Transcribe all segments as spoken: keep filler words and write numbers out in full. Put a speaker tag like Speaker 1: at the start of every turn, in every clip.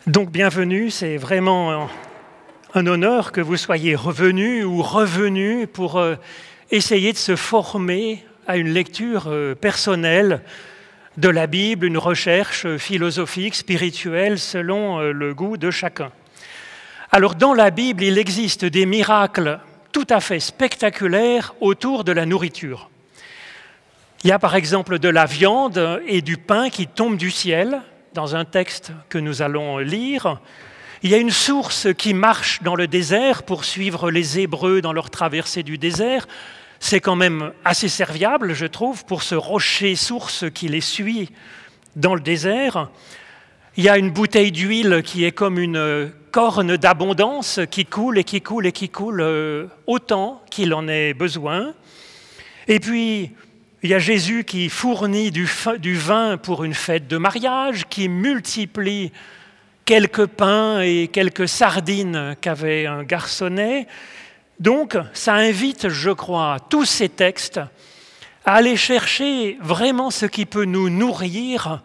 Speaker 1: Donc bienvenue, c'est vraiment un honneur que vous soyez revenus ou revenus pour euh, essayer de se former à une lecture euh, personnelle de la Bible, une recherche philosophique, spirituelle, selon euh, le goût de chacun. Alors dans la Bible, il existe des miracles tout à fait spectaculaires autour de la nourriture. Il y a par exemple de la viande et du pain qui tombent du ciel, dans un texte que nous allons lire. Il y a une source qui marche dans le désert pour suivre les Hébreux dans leur traversée du désert. C'est quand même assez serviable, je trouve, pour ce rocher source qui les suit dans le désert. Il y a une bouteille d'huile qui est comme une corne d'abondance qui coule et qui coule et qui coule autant qu'il en ait besoin. Et puis, il y a Jésus qui fournit du, du vin pour une fête de mariage, qui multiplie quelques pains et quelques sardines qu'avait un garçonnet. Donc, ça invite, je crois, tous ces textes à aller chercher vraiment ce qui peut nous nourrir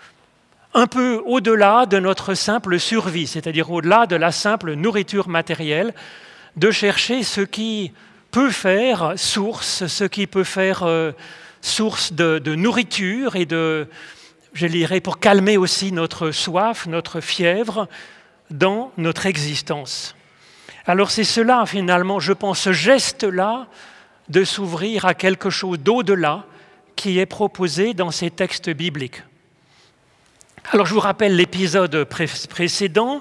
Speaker 1: un peu au-delà de notre simple survie, c'est-à-dire au-delà de la simple nourriture matérielle, de chercher ce qui peut faire source, ce qui peut faire euh, source de, de nourriture et de, je dirais, pour calmer aussi notre soif, notre fièvre dans notre existence. Alors c'est cela finalement, je pense, ce geste-là de s'ouvrir à quelque chose d'au-delà qui est proposé dans ces textes bibliques. Alors je vous rappelle l'épisode pré- précédent,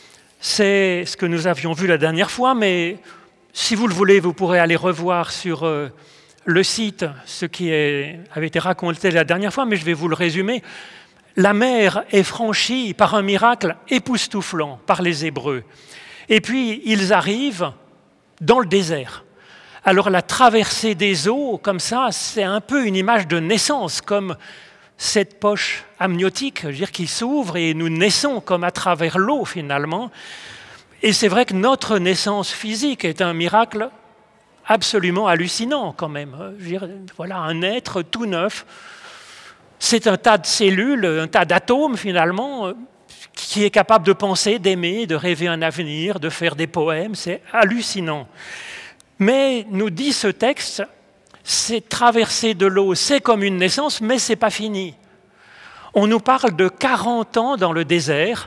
Speaker 1: c'est ce que nous avions vu la dernière fois, mais si vous le voulez, vous pourrez aller revoir sur euh, le site ce qui est, avait été raconté la dernière fois, mais je vais vous le résumer. La mer est franchie par un miracle époustouflant par les Hébreux. Et puis, ils arrivent dans le désert. Alors, la traversée des eaux, comme ça, c'est un peu une image de naissance, comme cette poche amniotique, je veux dire, qui s'ouvre et nous naissons comme à travers l'eau, finalement. Et c'est vrai que notre naissance physique est un miracle absolument hallucinant, quand même. Je veux dire, voilà, un être tout neuf. C'est un tas de cellules, un tas d'atomes, finalement, qui est capable de penser, d'aimer, de rêver un avenir, de faire des poèmes. C'est hallucinant. Mais, nous dit ce texte, c'est traverser de l'eau, c'est comme une naissance, mais ce n'est pas fini. On nous parle de quarante ans dans le désert,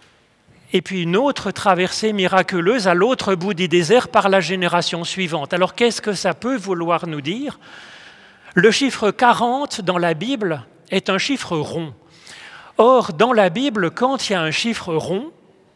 Speaker 1: et puis une autre traversée miraculeuse à l'autre bout du désert par la génération suivante. Alors qu'est-ce que ça peut vouloir nous dire ? Le chiffre quarante dans la Bible est un chiffre rond. Or, dans la Bible, quand il y a un chiffre rond,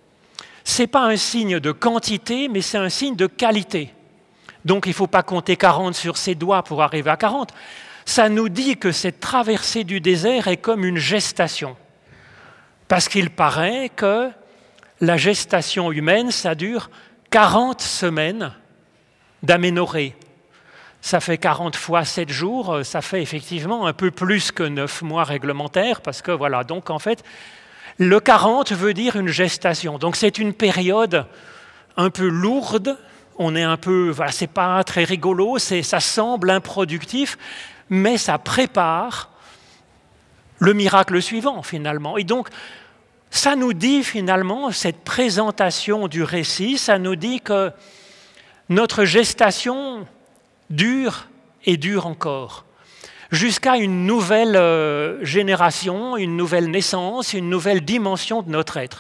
Speaker 1: ce n'est pas un signe de quantité, mais c'est un signe de qualité. Donc il ne faut pas compter quarante sur ses doigts pour arriver à quarante. Ça nous dit que cette traversée du désert est comme une gestation. Parce qu'il paraît que la gestation humaine, ça dure quarante semaines d'aménorrhée. Ça fait quarante fois sept jours, ça fait effectivement un peu plus que neuf mois réglementaires, parce que voilà, donc en fait, le quarante veut dire une gestation. Donc c'est une période un peu lourde, on est un peu, voilà, c'est pas très rigolo, c'est, ça semble improductif, mais ça prépare le miracle suivant finalement. Et donc, ça nous dit finalement, cette présentation du récit, ça nous dit que notre gestation dure et dure encore, jusqu'à une nouvelle euh, génération, une nouvelle naissance, une nouvelle dimension de notre être.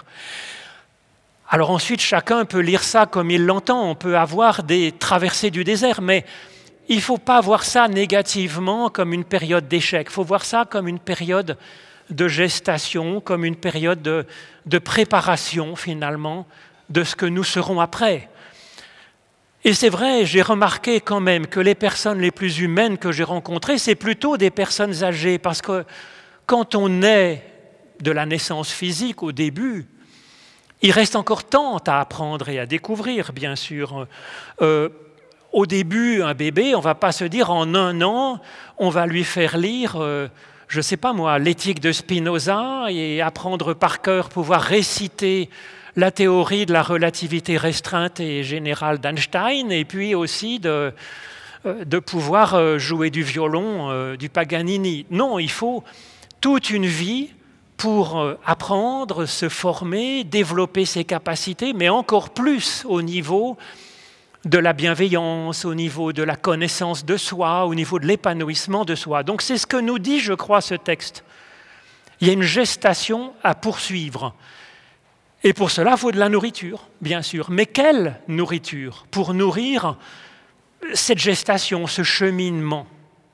Speaker 1: Alors ensuite, chacun peut lire ça comme il l'entend, on peut avoir des traversées du désert, mais il ne faut pas voir ça négativement comme une période d'échec, il faut voir ça comme une période de gestation, comme une période de, de préparation finalement de ce que nous serons après. Et c'est vrai, j'ai remarqué quand même que les personnes les plus humaines que j'ai rencontrées, c'est plutôt des personnes âgées, parce que quand on naît de la naissance physique au début, il reste encore tant à apprendre et à découvrir, bien sûr. Euh, au début, un bébé, on ne va pas se dire en un an, on va lui faire lire... Euh, je ne sais pas moi, l'éthique de Spinoza et apprendre par cœur, pouvoir réciter la théorie de la relativité restreinte et générale d'Einstein, et puis aussi de, de pouvoir jouer du violon, du Paganini. Non, il faut toute une vie pour apprendre, se former, développer ses capacités, mais encore plus au niveau de la bienveillance, au niveau de la connaissance de soi, au niveau de l'épanouissement de soi. Donc c'est ce que nous dit, je crois, ce texte. Il y a une gestation à poursuivre. Et pour cela, il faut de la nourriture, bien sûr. Mais quelle nourriture pour nourrir cette gestation, ce cheminement?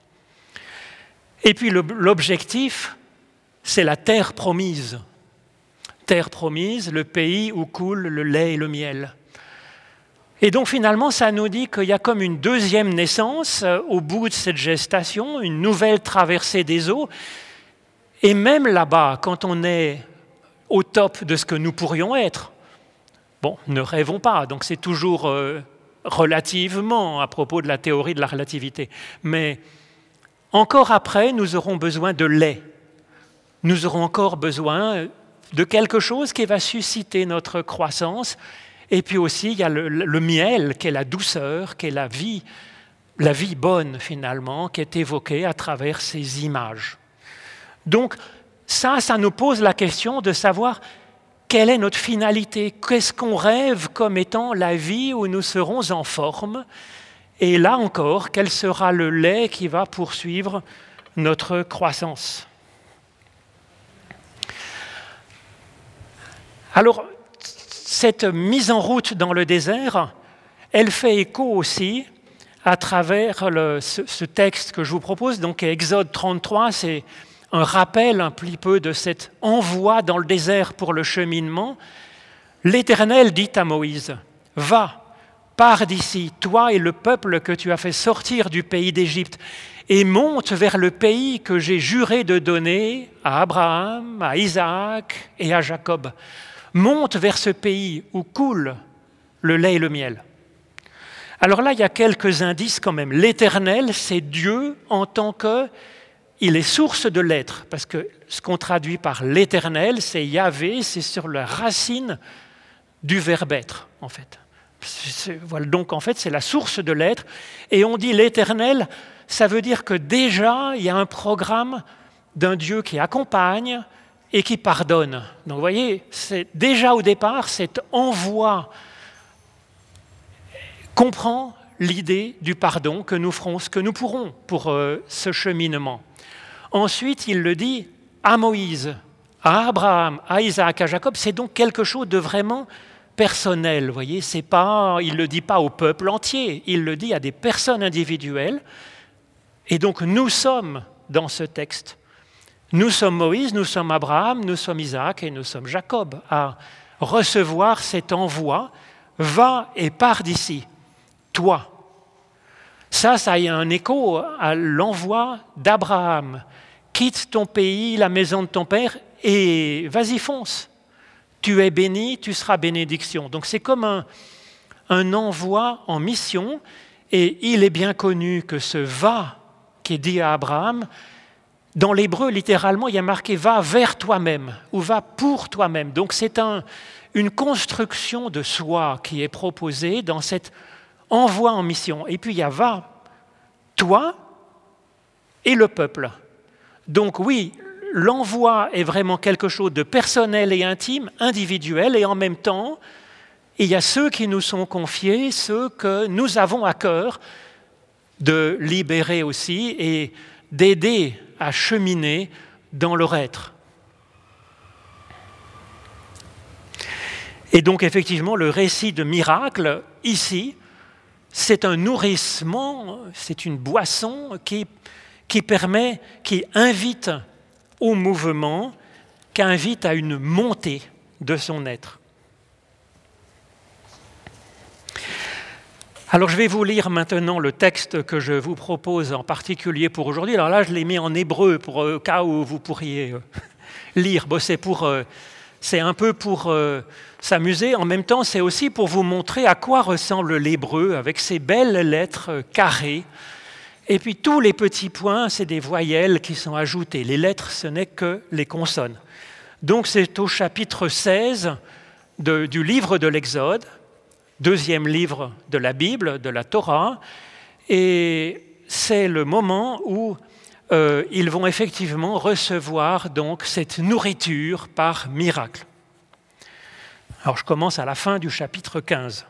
Speaker 1: Et puis l'objectif, c'est la terre promise. Terre promise, le pays où coule le lait et le miel. Et donc finalement, ça nous dit qu'il y a comme une deuxième naissance au bout de cette gestation, une nouvelle traversée des eaux. Et même là-bas, quand on est au top de ce que nous pourrions être, bon, ne rêvons pas, donc c'est toujours euh, relativement à propos de la théorie de la relativité. Mais encore après, nous aurons besoin de lait. Nous aurons encore besoin de quelque chose qui va susciter notre croissance. Et puis aussi, il y a le, le miel, qui est la douceur, qui est la vie, la vie bonne finalement, qui est évoquée à travers ces images. Donc ça, ça nous pose la question de savoir quelle est notre finalité, qu'est-ce qu'on rêve comme étant la vie où nous serons en forme. Et là encore, quel sera le lait qui va poursuivre notre croissance. Alors, cette mise en route dans le désert, elle fait écho aussi à travers le, ce, ce texte que je vous propose, donc Exode trente-trois, c'est un rappel un petit peu de cet envoi dans le désert pour le cheminement. L'Éternel dit à Moïse, « Va, pars d'ici, toi et le peuple que tu as fait sortir du pays d'Égypte, et monte vers le pays que j'ai juré de donner à Abraham, à Isaac et à Jacob. Monte vers ce pays où coule le lait et le miel. » Alors là, il y a quelques indices quand même. L'Éternel, c'est Dieu en tant que... Il est source de l'être, parce que ce qu'on traduit par l'Éternel, c'est Yahvé, c'est sur la racine du verbe être, en fait. C'est, voilà, donc, en fait, c'est la source de l'être. Et on dit l'Éternel, ça veut dire que déjà, il y a un programme d'un Dieu qui accompagne et qui pardonne. Donc, vous voyez, c'est, déjà au départ, cet envoi comprend l'idée du pardon que nous ferons, ce que nous pourrons pour euh, ce cheminement. Ensuite, il le dit à Moïse, à Abraham, à Isaac, à Jacob. C'est donc quelque chose de vraiment personnel. Vous voyez, c'est pas, il ne le dit pas au peuple entier, il le dit à des personnes individuelles. Et donc, nous sommes dans ce texte. Nous sommes Moïse, nous sommes Abraham, nous sommes Isaac et nous sommes Jacob à recevoir cet envoi. Va et pars d'ici, toi. Ça, ça a un écho à l'envoi d'Abraham. Quitte ton pays, la maison de ton père, et vas-y, fonce. Tu es béni, tu seras bénédiction. Donc c'est comme un, un envoi en mission, et il est bien connu que ce « va » qui est dit à Abraham, dans l'hébreu, littéralement, il y a marqué « va vers toi-même » ou « va pour toi-même ». Donc c'est un, une construction de soi qui est proposée dans cet envoi en mission. Et puis il y a « va, toi et le peuple ». Donc oui, l'envoi est vraiment quelque chose de personnel et intime, individuel, et en même temps, il y a ceux qui nous sont confiés, ceux que nous avons à cœur de libérer aussi et d'aider à cheminer dans leur être. Et donc effectivement, le récit de miracle, ici, c'est un nourrissement, c'est une boisson qui qui permet, qui invite au mouvement, qui invite à une montée de son être. Alors je vais vous lire maintenant le texte que je vous propose en particulier pour aujourd'hui. Alors là, je l'ai mis en hébreu pour le cas où vous pourriez lire. Bon, c'est, pour, c'est un peu pour euh, s'amuser. En même temps, c'est aussi pour vous montrer à quoi ressemble l'hébreu avec ses belles lettres carrées. Et puis tous les petits points, c'est des voyelles qui sont ajoutées. Les lettres, ce n'est que les consonnes. Donc c'est au chapitre seize de, du livre de l'Exode, deuxième livre de la Bible, de la Torah, et c'est le moment où euh, ils vont effectivement recevoir donc cette nourriture par miracle. Alors je commence à la fin du chapitre quinze.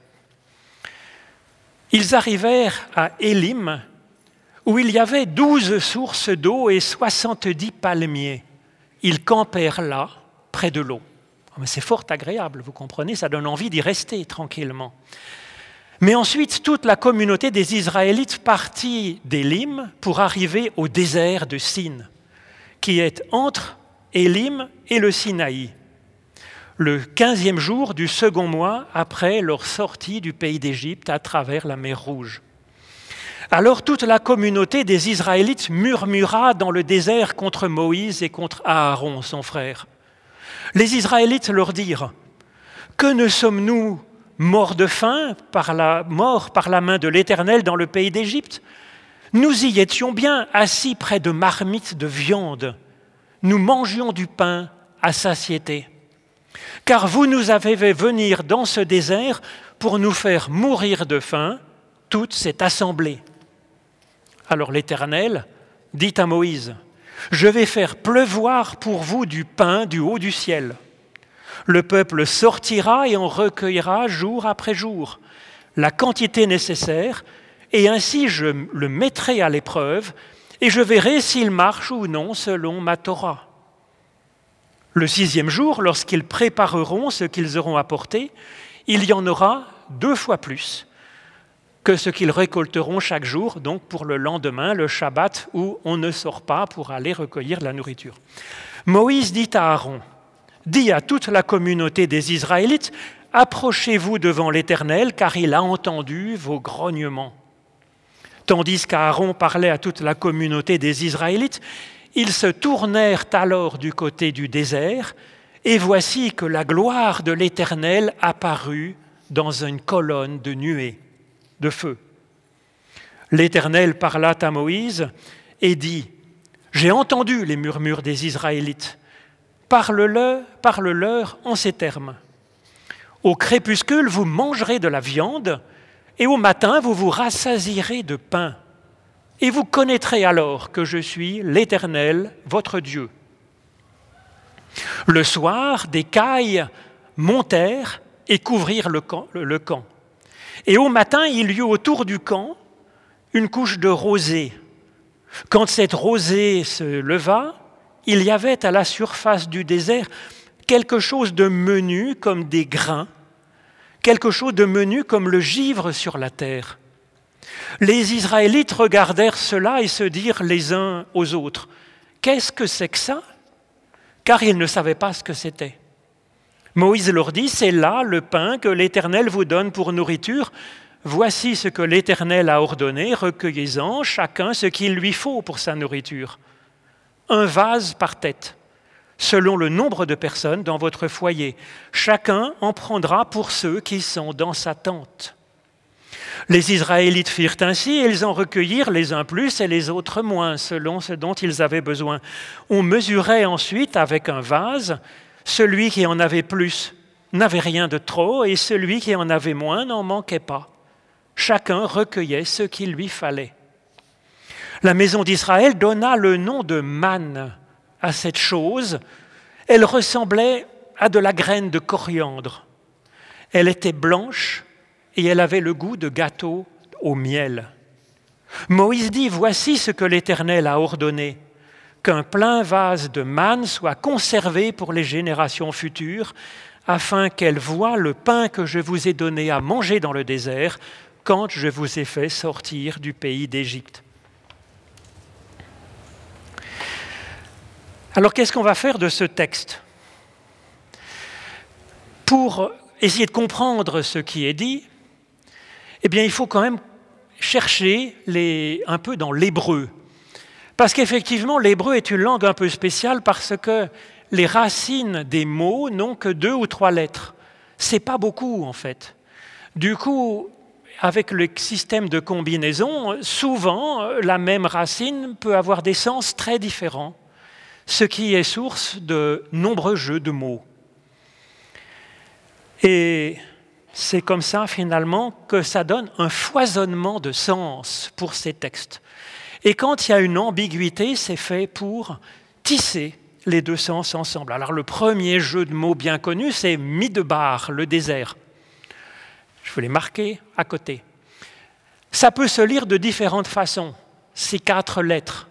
Speaker 1: Ils arrivèrent à Élim, où il y avait douze sources d'eau et soixante-dix palmiers. Ils campèrent là, près de l'eau. C'est fort agréable, vous comprenez, ça donne envie d'y rester tranquillement. Mais ensuite, toute la communauté des Israélites partit d'Élim pour arriver au désert de Sin, qui est entre Élim et le Sinaï, le quinzième jour du second mois après leur sortie du pays d'Égypte à travers la mer Rouge. Alors toute la communauté des Israélites murmura dans le désert contre Moïse et contre Aaron, son frère. Les Israélites leur dirent « Que ne sommes-nous morts de faim, par la, morts par la main de l'Éternel dans le pays d'Égypte ? Nous y étions bien assis près de marmites de viande. Nous mangions du pain à satiété. Car vous nous avez fait venir dans ce désert pour nous faire mourir de faim, toute cette assemblée. » Alors l'Éternel dit à Moïse, « Je vais faire pleuvoir pour vous du pain du haut du ciel. Le peuple sortira et en recueillera jour après jour la quantité nécessaire, et ainsi je le mettrai à l'épreuve, et je verrai s'il marche ou non selon ma Torah. Le sixième jour, lorsqu'ils prépareront ce qu'ils auront apporté, il y en aura deux fois plus que ce qu'ils récolteront chaque jour, donc pour le lendemain, le Shabbat, où on ne sort pas pour aller recueillir la nourriture. » Moïse dit à Aaron, « Dis à toute la communauté des Israélites, approchez-vous devant l'Éternel, car il a entendu vos grognements. » Tandis qu'Aaron parlait à toute la communauté des Israélites, ils se tournèrent alors du côté du désert, et voici que la gloire de l'Éternel apparut dans une colonne de nuée, de feu. L'Éternel parla à Moïse et dit, « J'ai entendu les murmures des Israélites. Parle-le, parle-leur en ces termes. Au crépuscule, vous mangerez de la viande, et au matin, vous vous rassasierez de pain. Et vous connaîtrez alors que je suis l'Éternel, votre Dieu. » Le soir, des cailles montèrent et couvrirent le camp. Le camp. Et au matin, il y eut autour du camp une couche de rosée. Quand cette rosée se leva, il y avait à la surface du désert quelque chose de menu comme des grains, quelque chose de menu comme le givre sur la terre. Les Israélites regardèrent cela et se dirent les uns aux autres, « Qu'est-ce que c'est que ça ?» Car ils ne savaient pas ce que c'était. Moïse leur dit, « C'est là le pain que l'Éternel vous donne pour nourriture. Voici ce que l'Éternel a ordonné, recueillez-en chacun ce qu'il lui faut pour sa nourriture. Un vase par tête, selon le nombre de personnes dans votre foyer. Chacun en prendra pour ceux qui sont dans sa tente. » Les Israélites firent ainsi, et ils en recueillirent les uns plus et les autres moins, selon ce dont ils avaient besoin. On mesurait ensuite avec un vase, celui qui en avait plus n'avait rien de trop, et celui qui en avait moins n'en manquait pas. Chacun recueillait ce qu'il lui fallait. La maison d'Israël donna le nom de manne à cette chose. Elle ressemblait à de la graine de coriandre. Elle était blanche, et elle avait le goût de gâteau au miel. Moïse dit, « Voici ce que l'Éternel a ordonné, qu'un plein vase de manne soit conservé pour les générations futures, afin qu'elles voient le pain que je vous ai donné à manger dans le désert, quand je vous ai fait sortir du pays d'Égypte. » Alors, qu'est-ce qu'on va faire de ce texte ? Pour essayer de comprendre ce qui est dit, eh bien, il faut quand même chercher les, un peu dans l'hébreu. Parce qu'effectivement, l'hébreu est une langue un peu spéciale parce que les racines des mots n'ont que deux ou trois lettres. Ce n'est pas beaucoup, en fait. Du coup, avec le système de combinaison, souvent, la même racine peut avoir des sens très différents, ce qui est source de nombreux jeux de mots. Et c'est comme ça, finalement, que ça donne un foisonnement de sens pour ces textes. Et quand il y a une ambiguïté, c'est fait pour tisser les deux sens ensemble. Alors le premier jeu de mots bien connu, c'est Midbar, le désert. Je vous l'ai marqué à côté. Ça peut se lire de différentes façons, ces quatre lettres.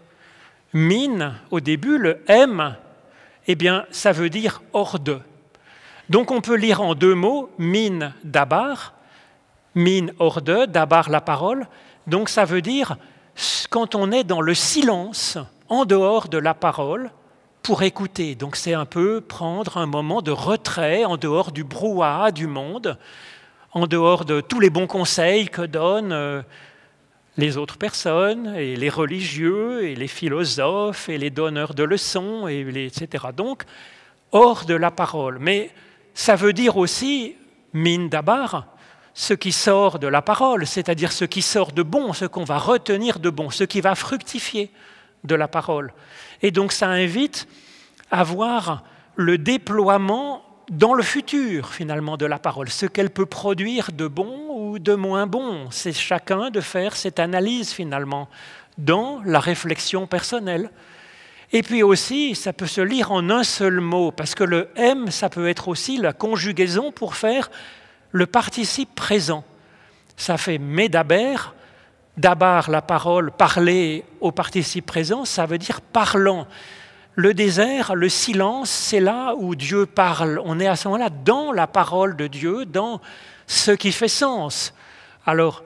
Speaker 1: Min, au début, le M, eh bien, ça veut dire hors de. Donc on peut lire en deux mots, min dabar, min hors de, dabar la parole. Donc ça veut dire quand on est dans le silence, en dehors de la parole, pour écouter. Donc c'est un peu prendre un moment de retrait, en dehors du brouhaha du monde, en dehors de tous les bons conseils que donnent euh, les autres personnes, et les religieux, et les philosophes, et les donneurs de leçons, et les, et cetera. Donc, hors de la parole. Mais ça veut dire aussi, min dabar, ce qui sort de la parole, c'est-à-dire ce qui sort de bon, ce qu'on va retenir de bon, ce qui va fructifier de la parole. Et donc ça invite à voir le déploiement dans le futur, finalement, de la parole, ce qu'elle peut produire de bon ou de moins bon. C'est chacun de faire cette analyse, finalement, dans la réflexion personnelle. Et puis aussi, ça peut se lire en un seul mot, parce que le « m », ça peut être aussi la conjugaison pour faire le participe présent. Ça fait « médaber », dabar, la parole, parler au participe présent, ça veut dire « parlant ». Le désert, le silence, c'est là où Dieu parle. On est à ce moment-là dans la parole de Dieu, dans ce qui fait sens. Alors,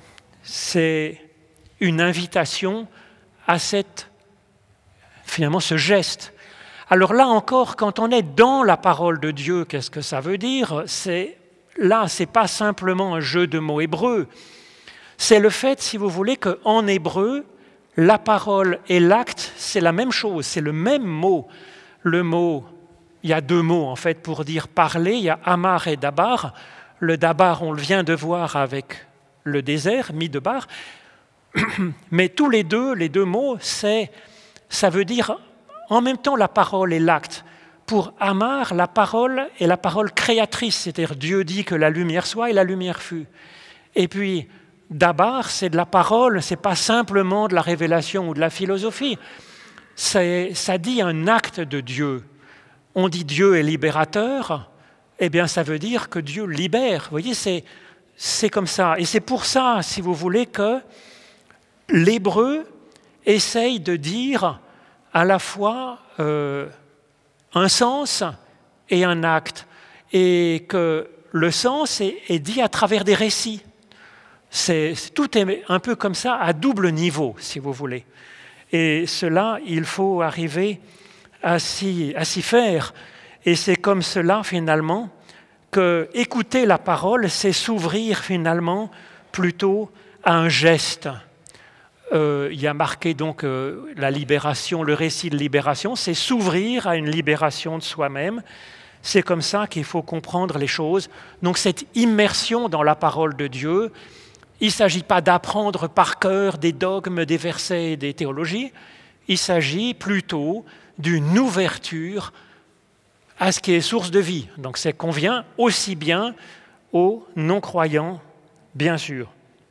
Speaker 1: c'est une invitation à cette, finalement, ce geste. Alors là encore, quand on est dans la parole de Dieu, qu'est-ce que ça veut dire? C'est, là, ce n'est pas simplement un jeu de mots hébreux. C'est le fait, si vous voulez, qu'en hébreu, la parole et l'acte, c'est la même chose, c'est le même mot. Le mot, il y a deux mots en fait pour dire parler, il y a amar et dabar. Le dabar, on le vient de voir avec le désert, mi-debar. Mais tous les deux, les deux mots, c'est, ça veut dire en même temps la parole et l'acte. Pour amar, la parole est la parole créatrice, c'est-à-dire Dieu dit que la lumière soit et la lumière fut. Et puis, dabar, c'est de la parole, ce n'est pas simplement de la révélation ou de la philosophie. C'est, ça dit un acte de Dieu. On dit Dieu est libérateur, eh bien ça veut dire que Dieu libère. Vous voyez, c'est, c'est comme ça. Et c'est pour ça, si vous voulez, que l'hébreu essaye de dire à la fois euh, un sens et un acte. Et que le sens est, est dit à travers des récits. C'est, tout est un peu comme ça, à double niveau, si vous voulez. Et cela, il faut arriver à s'y, à s'y faire. Et c'est comme cela, finalement, que écouter la parole, c'est s'ouvrir, finalement, plutôt à un geste. Euh, il y a marqué, donc, euh, la libération, le récit de libération, c'est s'ouvrir à une libération de soi-même. C'est comme ça qu'il faut comprendre les choses. Donc, cette immersion dans la parole de Dieu, il ne s'agit pas d'apprendre par cœur des dogmes, des versets et des théologies. Il s'agit plutôt d'une ouverture à ce qui est source de vie. Donc ça convient aussi bien aux non-croyants, bien sûr.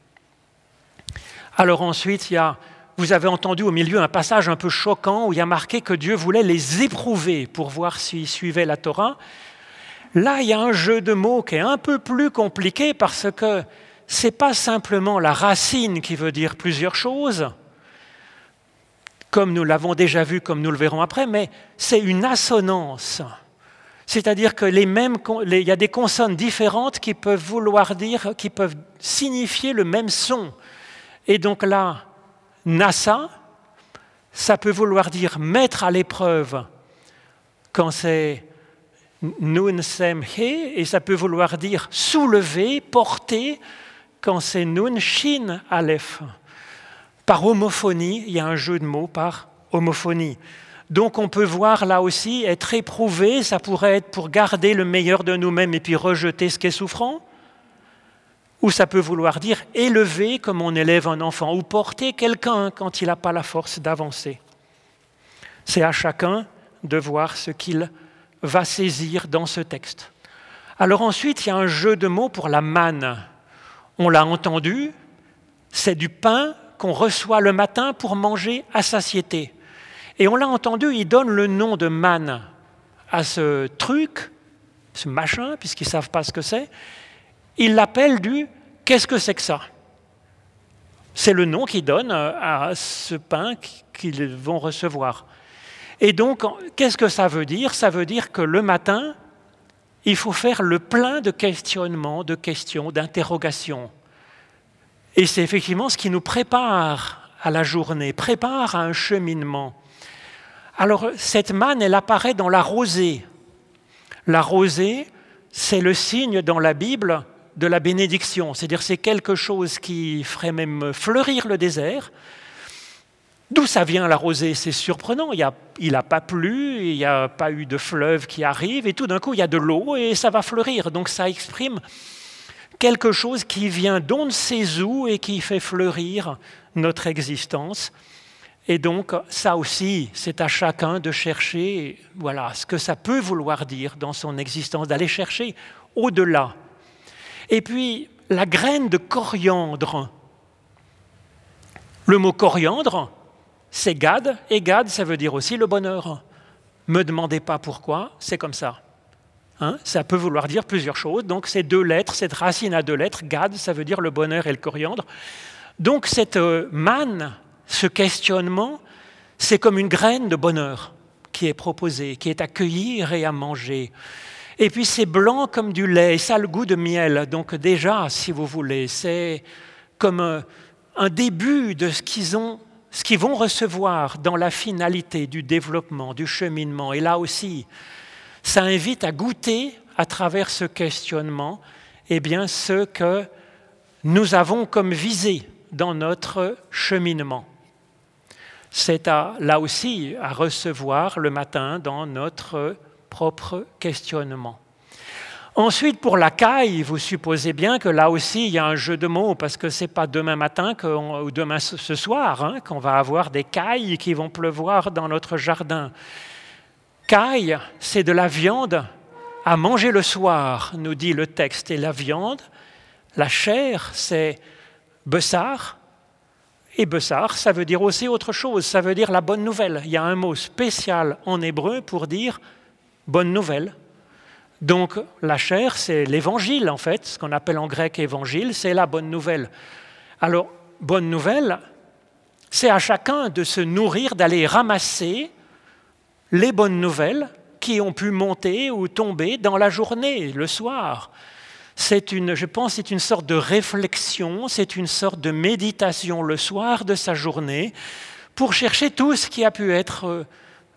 Speaker 1: Alors ensuite, il y a, vous avez entendu au milieu un passage un peu choquant où il y a marqué que Dieu voulait les éprouver pour voir s'ils suivaient la Torah. Là, il y a un jeu de mots qui est un peu plus compliqué parce que ce n'est pas simplement la racine qui veut dire plusieurs choses, comme nous l'avons déjà vu, comme nous le verrons après, mais c'est une assonance. C'est-à-dire que les mêmes, les, il y a des consonnes différentes qui peuvent vouloir dire, qui peuvent signifier le même son. Et donc là, nasa, ça peut vouloir dire mettre à l'épreuve quand c'est nun sem he, et ça peut vouloir dire soulever, porter, quand c'est nun shin aleph. Par homophonie, il y a un jeu de mots par homophonie. Donc on peut voir là aussi, être éprouvé, ça pourrait être pour garder le meilleur de nous-mêmes et puis rejeter ce qui est souffrant, ou ça peut vouloir dire élever comme on élève un enfant, ou porter quelqu'un quand il n'a pas la force d'avancer. C'est à chacun de voir ce qu'il va saisir dans ce texte. Alors ensuite, il y a un jeu de mots pour la manne. On l'a entendu, c'est du pain qu'on reçoit le matin pour manger à satiété. Et on l'a entendu, il donne le nom de manne à ce truc, ce machin, puisqu'ils ne savent pas ce que c'est. Il l'appelle du « qu'est-ce que c'est que ça ?» C'est le nom qu'il donne à ce pain qu'ils vont recevoir. Et donc, qu'est-ce que ça veut dire? Ça veut dire que le matin, il faut faire le plein de questionnements, de questions, d'interrogations. Et c'est effectivement ce qui nous prépare à la journée, prépare à un cheminement. Alors, cette manne, elle apparaît dans la rosée. La rosée, c'est le signe dans la Bible de la bénédiction. C'est-à-dire c'est quelque chose qui ferait même fleurir le désert. D'où ça vient la rosée? C'est surprenant. Il n'a pas plu, il n'y a pas eu de fleuve qui arrive, et tout d'un coup, il y a de l'eau et ça va fleurir. Donc ça exprime quelque chose qui vient d'on ne sait où et qui fait fleurir notre existence. Et donc, ça aussi, c'est à chacun de chercher voilà, ce que ça peut vouloir dire dans son existence, d'aller chercher au-delà. Et puis, la graine de coriandre. Le mot coriandre, c'est Gad, et Gad, ça veut dire aussi le bonheur. Ne me demandez pas pourquoi, c'est comme ça. Hein, ça peut vouloir dire plusieurs choses. Donc, ces deux lettres, cette racine à deux lettres, Gad, ça veut dire le bonheur et le coriandre. Donc, cette euh, manne, ce questionnement, c'est comme une graine de bonheur qui est proposée, qui est à cueillir et à manger. Et puis c'est blanc comme du lait, et ça a le goût de miel. Donc déjà, si vous voulez, c'est comme un, un début de ce qu'ils ont, ce qu'ils vont recevoir dans la finalité du développement, du cheminement. Et là aussi, ça invite à goûter à travers ce questionnement, eh bien, ce que nous avons comme visée dans notre cheminement. C'est à, là aussi à recevoir le matin dans notre propre questionnement. Ensuite, pour la caille, vous supposez bien que là aussi, il y a un jeu de mots, parce que ce n'est pas demain matin ou demain ce soir hein, qu'on va avoir des cailles qui vont pleuvoir dans notre jardin. Caille, c'est de la viande à manger le soir, nous dit le texte. Et la viande, la chair, c'est bessar. Et bessar, ça veut dire aussi autre chose, ça veut dire la bonne nouvelle. Il y a un mot spécial en hébreu pour dire bonne nouvelle. Donc la chair, c'est l'évangile en fait, ce qu'on appelle en grec évangile, c'est la bonne nouvelle. Alors, bonne nouvelle, c'est à chacun de se nourrir, d'aller ramasser les bonnes nouvelles qui ont pu monter ou tomber dans la journée, le soir. C'est une, je pense, c'est une sorte de réflexion, c'est une sorte de méditation le soir de sa journée pour chercher tout ce qui a pu être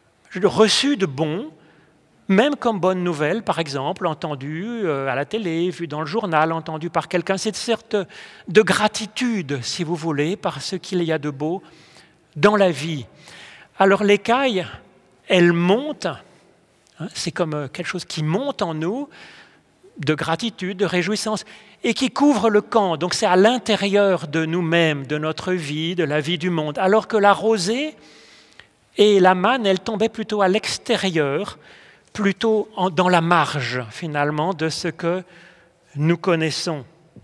Speaker 1: reçu de bon, même comme bonne nouvelle, par exemple, entendu à la télé, vu dans le journal, entendu par quelqu'un. C'est une sorte de gratitude, si vous voulez, par ce qu'il y a de beau dans la vie. Alors l'écaille, elle monte, hein, c'est comme quelque chose qui monte en nous, de gratitude, de réjouissance, et qui couvre le camp. Donc c'est à l'intérieur de nous-mêmes, de notre vie, de la vie du monde. Alors que la rosée et la manne, elles tombaient plutôt à l'extérieur, plutôt en, dans la marge, finalement, de ce que nous connaissons.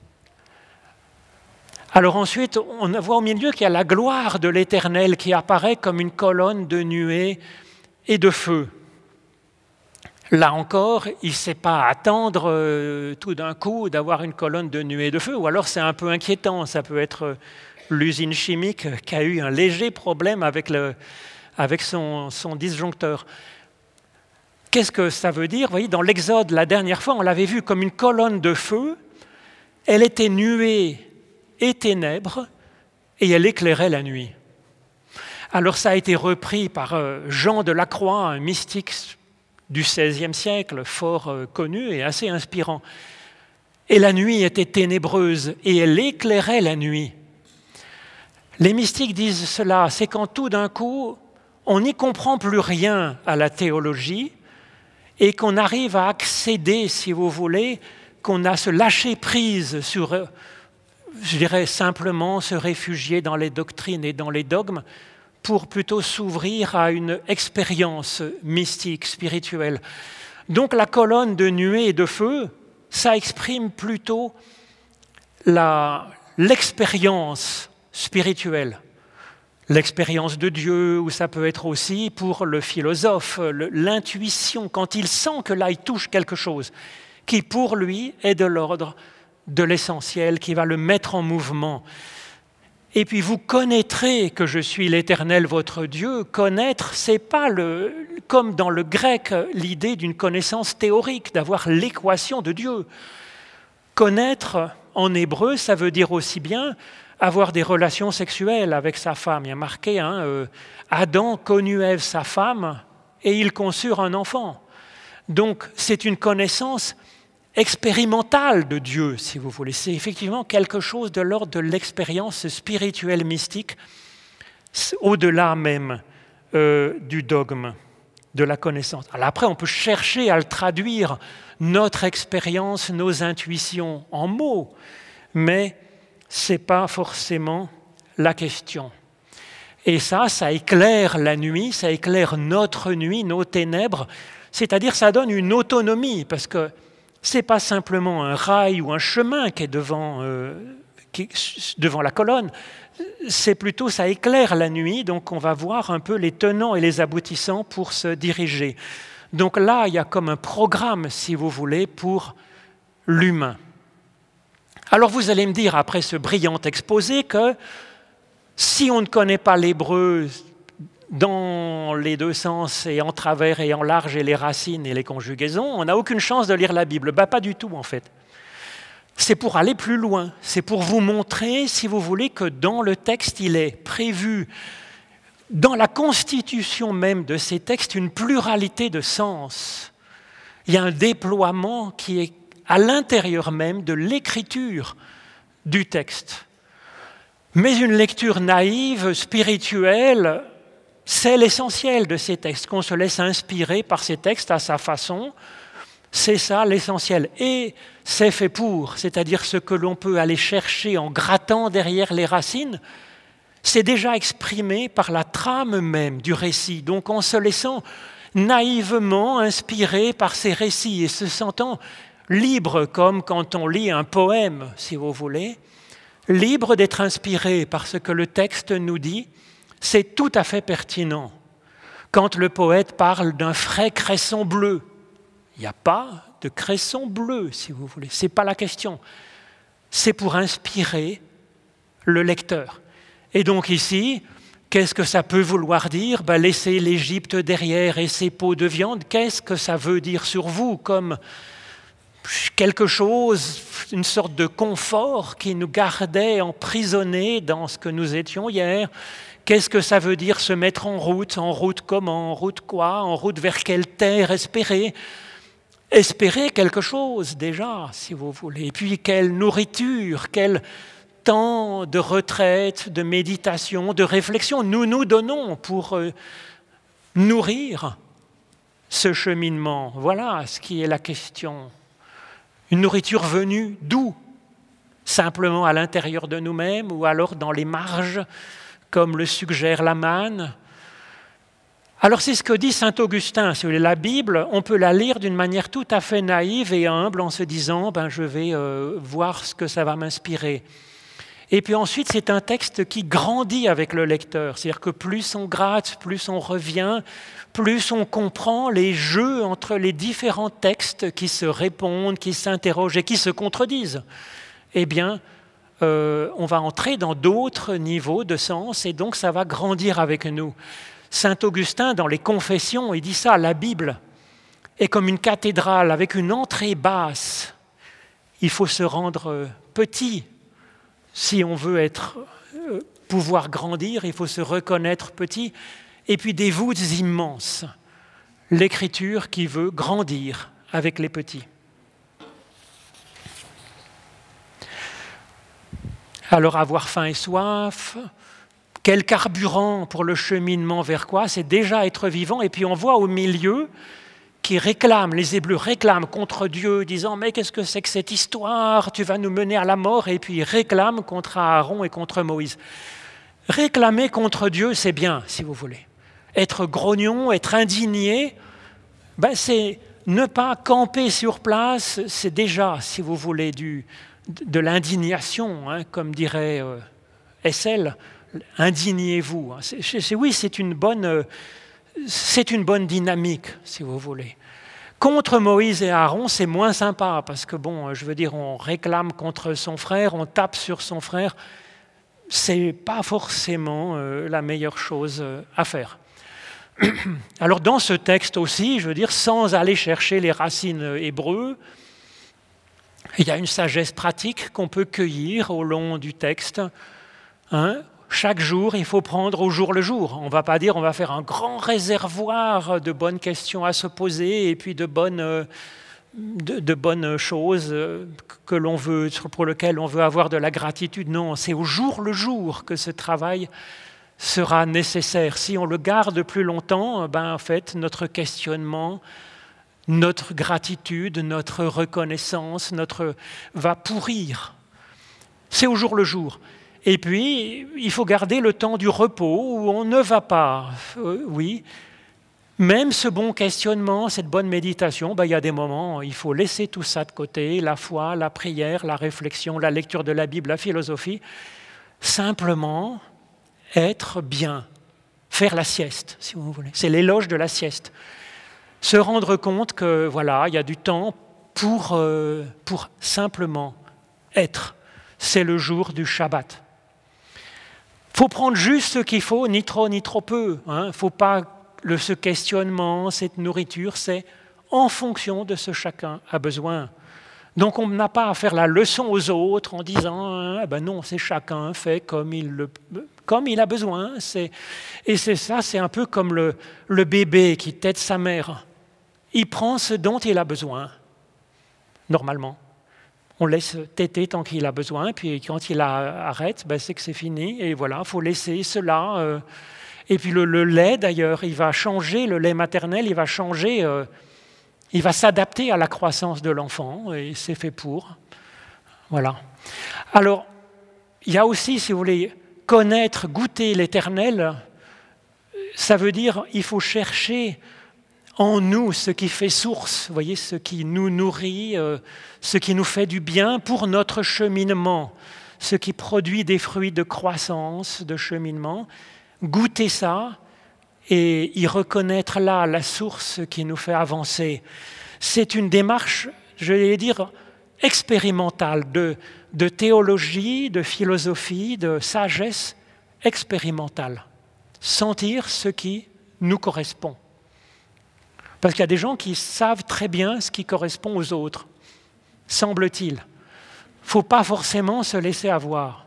Speaker 1: Alors ensuite, on voit au milieu qu'il y a la gloire de l'Éternel qui apparaît comme une colonne de nuée et de feu. Là encore, il ne sait pas attendre euh, tout d'un coup d'avoir une colonne de nuée de feu, ou alors c'est un peu inquiétant. Ça peut être euh, l'usine chimique qui a eu un léger problème avec, le, avec son, son disjoncteur. Qu'est-ce que ça veut dire? Vous voyez, dans l'Exode, la dernière fois, on l'avait vu comme une colonne de feu. Elle était nuée et ténèbres, et elle éclairait la nuit. Alors ça a été repris par euh, Jean de la Croix, un mystique du seizième siècle, fort euh, connu et assez inspirant. Et la nuit était ténébreuse et elle éclairait la nuit. Les mystiques disent cela, c'est quand tout d'un coup, on n'y comprend plus rien à la théologie et qu'on arrive à accéder, si vous voulez, qu'on a se lâcher prise sur, je dirais simplement, se réfugier dans les doctrines et dans les dogmes, pour plutôt s'ouvrir à une expérience mystique, spirituelle. Donc la colonne de nuée et de feu, ça exprime plutôt la, l'expérience spirituelle. L'expérience de Dieu, ou ça peut être aussi pour le philosophe, le, l'intuition, quand il sent que là il touche quelque chose, qui pour lui est de l'ordre de l'essentiel, qui va le mettre en mouvement. Et puis vous connaîtrez que je suis l'Éternel votre Dieu. Connaître, c'est pas le, comme dans le grec l'idée d'une connaissance théorique, d'avoir l'équation de Dieu. Connaître en hébreu, ça veut dire aussi bien avoir des relations sexuelles avec sa femme. Il y a marqué, hein, euh, Adam connut Ève, sa femme, et ils conçurent un enfant. Donc c'est une connaissance expérimentale de Dieu, si vous voulez. C'est effectivement quelque chose de l'ordre de l'expérience spirituelle mystique, au-delà même euh, du dogme, de la connaissance. Alors après, on peut chercher à le traduire, notre expérience, nos intuitions, en mots, mais ce n'est pas forcément la question. Et ça, ça éclaire la nuit, ça éclaire notre nuit, nos ténèbres, c'est-à-dire ça donne une autonomie, parce que ce n'est pas simplement un rail ou un chemin qui est devant, euh, qui est devant la colonne, c'est plutôt, ça éclaire la nuit, donc on va voir un peu les tenants et les aboutissants pour se diriger. Donc là, il y a comme un programme, si vous voulez, pour l'humain. Alors vous allez me dire, après ce brillant exposé, que si on ne connaît pas l'hébreu dans les deux sens, et en travers et en large, et les racines et les conjugaisons, on n'a aucune chance de lire la Bible. Ben, pas du tout, en fait. C'est pour aller plus loin. C'est pour vous montrer, si vous voulez, que dans le texte, il est prévu, dans la constitution même de ces textes, une pluralité de sens. Il y a un déploiement qui est à l'intérieur même de l'écriture du texte. Mais une lecture naïve, spirituelle, c'est l'essentiel de ces textes, qu'on se laisse inspirer par ces textes à sa façon. C'est ça l'essentiel. Et c'est fait pour, c'est-à-dire ce que l'on peut aller chercher en grattant derrière les racines, c'est déjà exprimé par la trame même du récit. Donc en se laissant naïvement inspirer par ces récits et se sentant libre, comme quand on lit un poème, si vous voulez, libre d'être inspiré par ce que le texte nous dit, c'est tout à fait pertinent. Quand le poète parle d'un frais cresson bleu, il n'y a pas de cresson bleu, si vous voulez. Ce n'est pas la question. C'est pour inspirer le lecteur. Et donc ici, qu'est-ce que ça peut vouloir dire ? Ben, laisser l'Égypte derrière et ses pots de viande, qu'est-ce que ça veut dire sur vous ? Comme quelque chose, une sorte de confort qui nous gardait emprisonnés dans ce que nous étions hier. Qu'est-ce que ça veut dire se mettre en route ? En route comment ? En route quoi ? En route vers quelle terre espérer ? Espérer quelque chose déjà, si vous voulez. Et puis quelle nourriture, quel temps de retraite, de méditation, de réflexion nous nous donnons pour euh, nourrir ce cheminement. Voilà ce qui est la question. Une nourriture venue d'où ? Simplement à l'intérieur de nous-mêmes ou alors dans les marges, comme le suggère la manne. Alors c'est ce que dit saint Augustin. Si vous voulez, la Bible, on peut la lire d'une manière tout à fait naïve et humble en se disant ben, « je vais euh, voir ce que ça va m'inspirer ». Et puis ensuite, c'est un texte qui grandit avec le lecteur. C'est-à-dire que plus on gratte, plus on revient, plus on comprend les jeux entre les différents textes qui se répondent, qui s'interrogent et qui se contredisent. Eh bien, euh, on va entrer dans d'autres niveaux de sens et donc ça va grandir avec nous. Saint Augustin, dans les Confessions, il dit ça, la Bible est comme une cathédrale avec une entrée basse. Il faut se rendre petit. Si on veut être, euh, pouvoir grandir, il faut se reconnaître petit. Et puis des voûtes immenses. L'écriture qui veut grandir avec les petits. Alors avoir faim et soif, quel carburant pour le cheminement vers quoi ? C'est déjà être vivant. Et puis on voit au milieu qui réclament, les Hébreux réclament contre Dieu, disant « Mais qu'est-ce que c'est que cette histoire ? Tu vas nous mener à la mort » et puis ils réclament contre Aaron et contre Moïse. Réclamer contre Dieu, c'est bien, si vous voulez. Être grognon, être indigné, ben c'est ne pas camper sur place, c'est déjà, si vous voulez, du, de l'indignation, hein, comme dirait euh, Essel, indignez-vous. C'est, c'est, oui, c'est une bonne, c'est une bonne dynamique, si vous voulez. Contre Moïse et Aaron, c'est moins sympa, parce que, bon, je veux dire, on réclame contre son frère, on tape sur son frère. C'est pas forcément euh, la meilleure chose euh, à faire. Alors, dans ce texte aussi, je veux dire, sans aller chercher les racines hébreux, il y a une sagesse pratique qu'on peut cueillir au long du texte. Hein? Chaque jour, il faut prendre au jour le jour. On ne va pas dire on va faire un grand réservoir de bonnes questions à se poser et puis de bonnes, de, de bonnes choses que l'on veut, pour lesquelles on veut avoir de la gratitude. Non, c'est au jour le jour que ce travail sera nécessaire. Si on le garde plus longtemps, ben en fait, notre questionnement, notre gratitude, notre reconnaissance, notre va pourrir. C'est au jour le jour. Et puis, il faut garder le temps du repos où on ne va pas. Euh, oui, même ce bon questionnement, cette bonne méditation, ben, il y a des moments où il faut laisser tout ça de côté, la foi, la prière, la réflexion, la lecture de la Bible, la philosophie, simplement être bien, faire la sieste, si vous voulez. C'est l'éloge de la sieste. Se rendre compte que, voilà, il y a du temps pour, euh, pour simplement être. C'est le jour du Shabbat. Il faut prendre juste ce qu'il faut, ni trop ni trop peu. Il hein. ne faut pas le, ce questionnement, cette nourriture, c'est en fonction de ce que chacun a besoin. Donc on n'a pas à faire la leçon aux autres en disant ah ben non, c'est chacun fait comme il, le, comme il a besoin. C'est, et c'est ça, c'est un peu comme le, le bébé qui tète sa mère. Il prend ce dont il a besoin, normalement. On laisse téter tant qu'il a besoin, puis quand il a, arrête, ben c'est que c'est fini. Et voilà, il faut laisser cela. Euh, et puis le, le lait, d'ailleurs, il va changer, le lait maternel, il va changer, euh, il va s'adapter à la croissance de l'enfant, et c'est fait pour. Voilà. Alors, il y a aussi, si vous voulez, connaître, goûter l'Éternel, ça veut dire il faut chercher en nous ce qui fait source, vous voyez, ce qui nous nourrit, euh, ce qui nous fait du bien pour notre cheminement, ce qui produit des fruits de croissance, de cheminement. Goûter ça et y reconnaître là la source qui nous fait avancer. C'est une démarche, je vais dire, expérimentale, de, de théologie, de philosophie, de sagesse expérimentale. Sentir ce qui nous correspond. Parce qu'il y a des gens qui savent très bien ce qui correspond aux autres, semble-t-il. Il ne faut pas forcément se laisser avoir.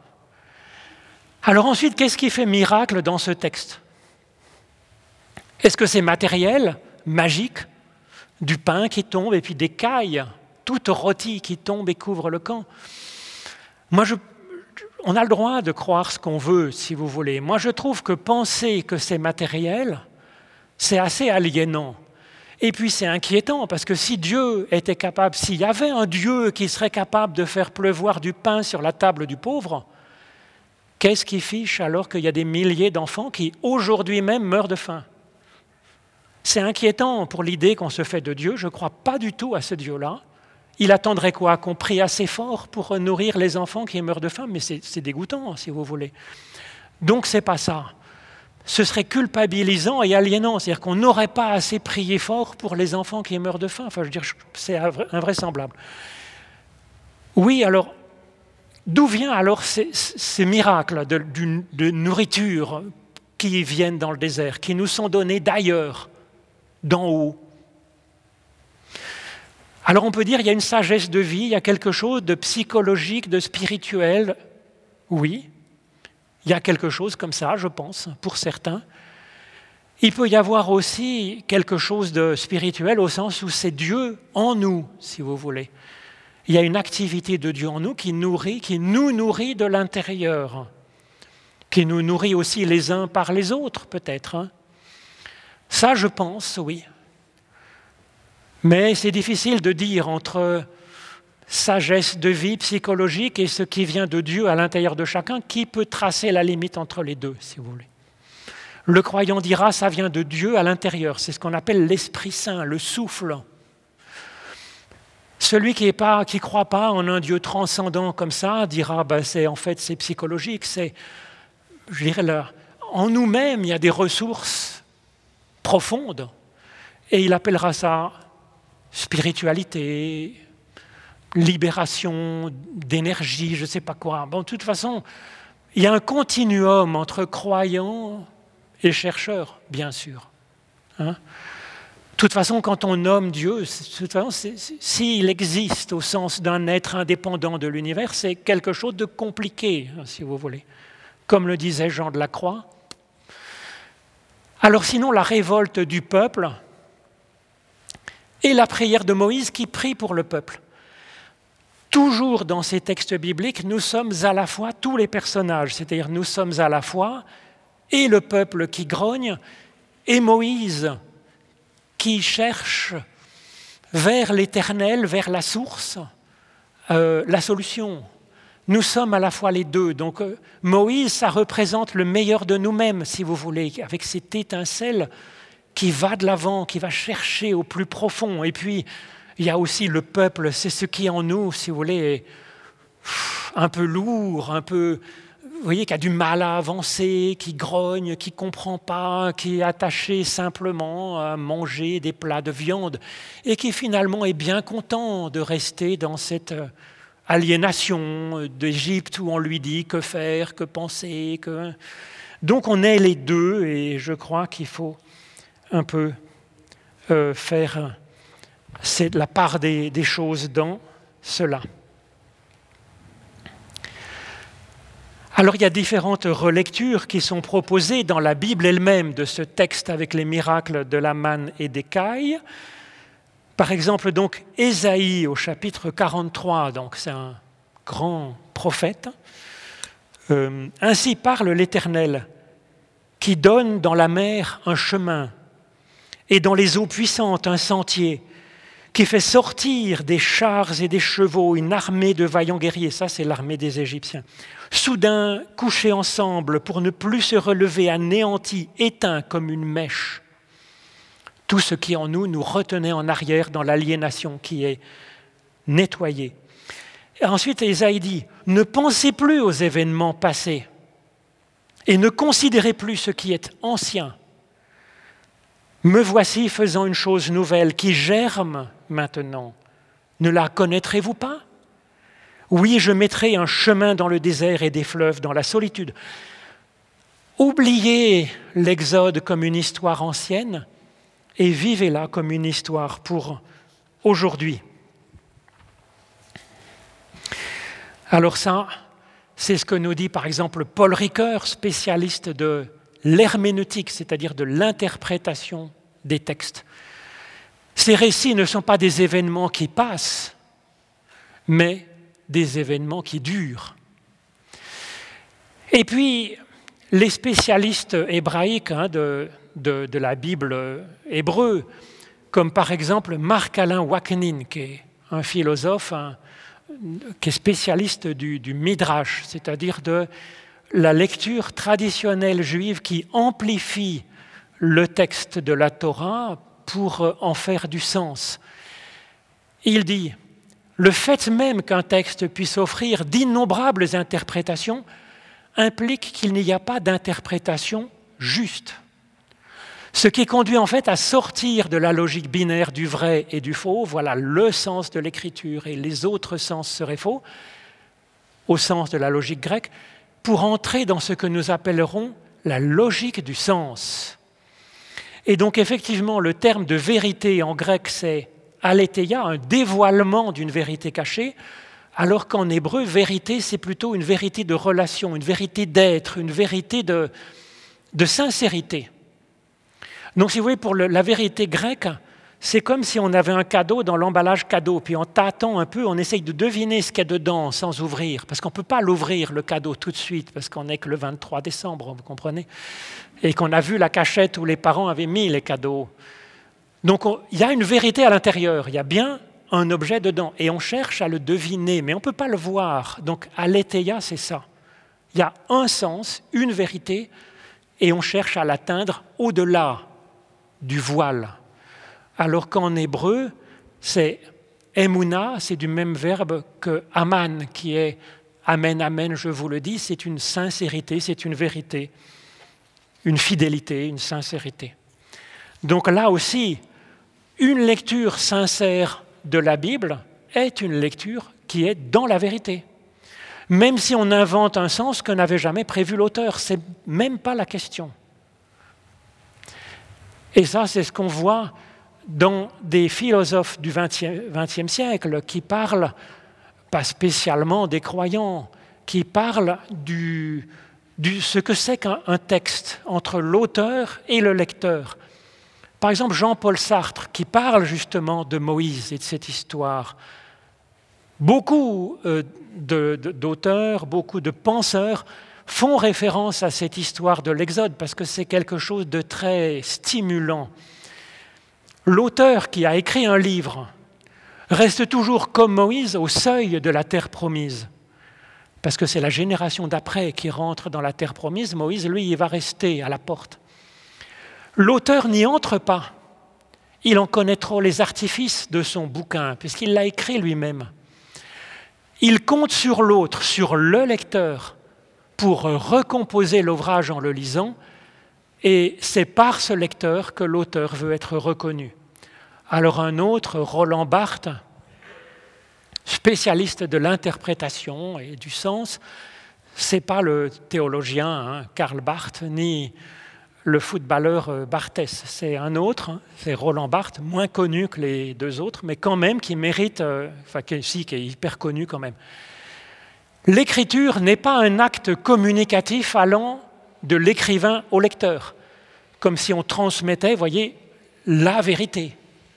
Speaker 1: Alors ensuite, qu'est-ce qui fait miracle dans ce texte? Est-ce que c'est matériel, magique, du pain qui tombe et puis des cailles, toutes rôties qui tombent et couvrent le camp? Moi, je, on a le droit de croire ce qu'on veut, si vous voulez. Moi, je trouve que penser que c'est matériel, c'est assez aliénant. Et puis c'est inquiétant, parce que si Dieu était capable, s'il y avait un Dieu qui serait capable de faire pleuvoir du pain sur la table du pauvre, qu'est-ce qui fiche alors qu'il y a des milliers d'enfants qui, aujourd'hui même, meurent de faim? C'est inquiétant pour l'idée qu'on se fait de Dieu. Je ne crois pas du tout à ce Dieu-là. Il attendrait quoi? Qu'on prie assez fort pour nourrir les enfants qui meurent de faim? Mais c'est, c'est dégoûtant, si vous voulez. Donc ce n'est pas ça. Ce serait culpabilisant et aliénant, c'est-à-dire qu'on n'aurait pas assez prié fort pour les enfants qui meurent de faim. Enfin, je veux dire, c'est invraisemblable. Oui, alors, d'où vient alors ces, ces miracles de, de, de nourriture qui viennent dans le désert, qui nous sont donnés d'ailleurs, d'en haut? Alors on peut dire qu'il y a une sagesse de vie, il y a quelque chose de psychologique, de spirituel, oui. Il y a quelque chose comme ça, je pense, pour certains. Il peut y avoir aussi quelque chose de spirituel au sens où c'est Dieu en nous, si vous voulez. Il y a une activité de Dieu en nous qui nourrit, qui nous nourrit de l'intérieur, qui nous nourrit aussi les uns par les autres, peut-être. Hein. Ça, je pense, oui. Mais c'est difficile de dire entre sagesse de vie psychologique et ce qui vient de Dieu à l'intérieur de chacun, qui peut tracer la limite entre les deux, si vous voulez. Le croyant dira, ça vient de Dieu à l'intérieur, c'est ce qu'on appelle l'Esprit Saint, le souffle. Celui qui ne croit pas en un Dieu transcendant comme ça dira, ben c'est, en fait c'est psychologique, c'est je dirais, là, en nous-mêmes, il y a des ressources profondes. Et il appellera ça spiritualité, libération d'énergie, je ne sais pas quoi. Bon, de toute façon, il y a un continuum entre croyants et chercheurs, bien sûr. Hein? De toute façon, quand on nomme Dieu, s'il existe au sens d'un être indépendant de l'univers, c'est quelque chose de compliqué, si vous voulez. Comme le disait Jean de la Croix. Alors sinon, la révolte du peuple et la prière de Moïse qui prie pour le peuple. Toujours dans ces textes bibliques, nous sommes à la fois tous les personnages, c'est-à-dire nous sommes à la fois et le peuple qui grogne et Moïse qui cherche vers l'Éternel, vers la source, euh, la solution. Nous sommes à la fois les deux. Donc euh, Moïse, ça représente le meilleur de nous-mêmes, si vous voulez, avec cette étincelle qui va de l'avant, qui va chercher au plus profond. Et puis, il y a aussi le peuple, c'est ce qui en nous, si vous voulez, est un peu lourd, un peu, vous voyez, qui a du mal à avancer, qui grogne, qui ne comprend pas, qui est attaché simplement à manger des plats de viande et qui finalement est bien content de rester dans cette aliénation d'Égypte où on lui dit que faire, que penser. Que... Donc on est les deux et je crois qu'il faut un peu euh, faire... C'est la part des, des choses dans cela. Alors il y a différentes relectures qui sont proposées dans la Bible elle-même de ce texte avec les miracles de la manne et des cailles. Par exemple, donc, Ésaïe au chapitre quarante-trois, donc c'est un grand prophète. Euh, Ainsi parle l'Éternel, qui donne dans la mer un chemin et dans les eaux puissantes un sentier, qui fait sortir des chars et des chevaux une armée de vaillants guerriers. Ça, c'est l'armée des Égyptiens. Soudain, couchés ensemble pour ne plus se relever, anéantis, éteints comme une mèche. Tout ce qui en nous nous retenait en arrière dans l'aliénation qui est nettoyée. Et ensuite, Ésaïe dit, ne pensez plus aux événements passés et ne considérez plus ce qui est ancien. Me voici faisant une chose nouvelle qui germe maintenant. Ne la connaîtrez-vous pas? Oui, je mettrai un chemin dans le désert et des fleuves dans la solitude. Oubliez l'Exode comme une histoire ancienne et vivez-la comme une histoire pour aujourd'hui. Alors ça, c'est ce que nous dit par exemple Paul Ricoeur, spécialiste de l'herméneutique, c'est-à-dire de l'interprétation des textes. Ces récits ne sont pas des événements qui passent, mais des événements qui durent. Et puis, les spécialistes hébraïques hein, de, de, de la Bible hébreu, comme par exemple Marc-Alain Waknin, qui est un philosophe un, qui est spécialiste du, du Midrash, c'est-à-dire de la lecture traditionnelle juive qui amplifie le texte de la Torah pour en faire du sens. Il dit, le fait même qu'un texte puisse offrir d'innombrables interprétations implique qu'il n'y a pas d'interprétation juste. Ce qui conduit en fait à sortir de la logique binaire du vrai et du faux, voilà le sens de l'écriture et les autres sens seraient faux, au sens de la logique grecque, pour entrer dans ce que nous appellerons la logique du sens. Et donc effectivement, le terme de vérité en grec, c'est aletheia, un dévoilement d'une vérité cachée, alors qu'en hébreu, vérité, c'est plutôt une vérité de relation, une vérité d'être, une vérité de, de sincérité. Donc si vous voulez, pour le, la vérité grecque, c'est comme si on avait un cadeau dans l'emballage cadeau, puis en tâtant un peu, on essaye de deviner ce qu'il y a dedans sans ouvrir, parce qu'on ne peut pas l'ouvrir, le cadeau, tout de suite, parce qu'on n'est que le vingt-trois décembre, vous comprenez, et qu'on a vu la cachette où les parents avaient mis les cadeaux. Donc il y a une vérité à l'intérieur, il y a bien un objet dedans, et on cherche à le deviner, mais on ne peut pas le voir. Donc aletheia, c'est ça. Il y a un sens, une vérité, et on cherche à l'atteindre au-delà du voile. Alors qu'en hébreu, c'est emuna, c'est du même verbe que aman, qui est Amen, amen, je vous le dis, c'est une sincérité, c'est une vérité, une fidélité, une sincérité. Donc là aussi, une lecture sincère de la Bible est une lecture qui est dans la vérité. Même si on invente un sens que n'avait jamais prévu l'auteur, ce n'est même pas la question. Et ça, c'est ce qu'on voit dans des philosophes du vingtième siècle qui parlent, pas spécialement des croyants, qui parlent du, du ce que c'est qu'un un texte entre l'auteur et le lecteur. Par exemple, Jean-Paul Sartre, qui parle justement de Moïse et de cette histoire. Beaucoup euh, de, de, d'auteurs, beaucoup de penseurs font référence à cette histoire de l'Exode parce que c'est quelque chose de très stimulant. L'auteur qui a écrit un livre reste toujours comme Moïse au seuil de la terre promise. Parce que c'est la génération d'après qui rentre dans la terre promise. Moïse, lui, il va rester à la porte. L'auteur n'y entre pas. Il en connaît trop les artifices de son bouquin, puisqu'il l'a écrit lui-même. Il compte sur l'autre, sur le lecteur, pour recomposer l'ouvrage en le lisant, et c'est par ce lecteur que l'auteur veut être reconnu. Alors un autre, Roland Barthes, spécialiste de l'interprétation et du sens, ce n'est pas le théologien hein, Karl Barth, ni le footballeur Barthès, c'est un autre, hein, c'est Roland Barthes, moins connu que les deux autres, mais quand même qui mérite, euh, enfin qui, si, qui est hyper connu quand même. L'écriture n'est pas un acte communicatif allant de l'écrivain au lecteur, comme si on transmettait, vous voyez, la vérité.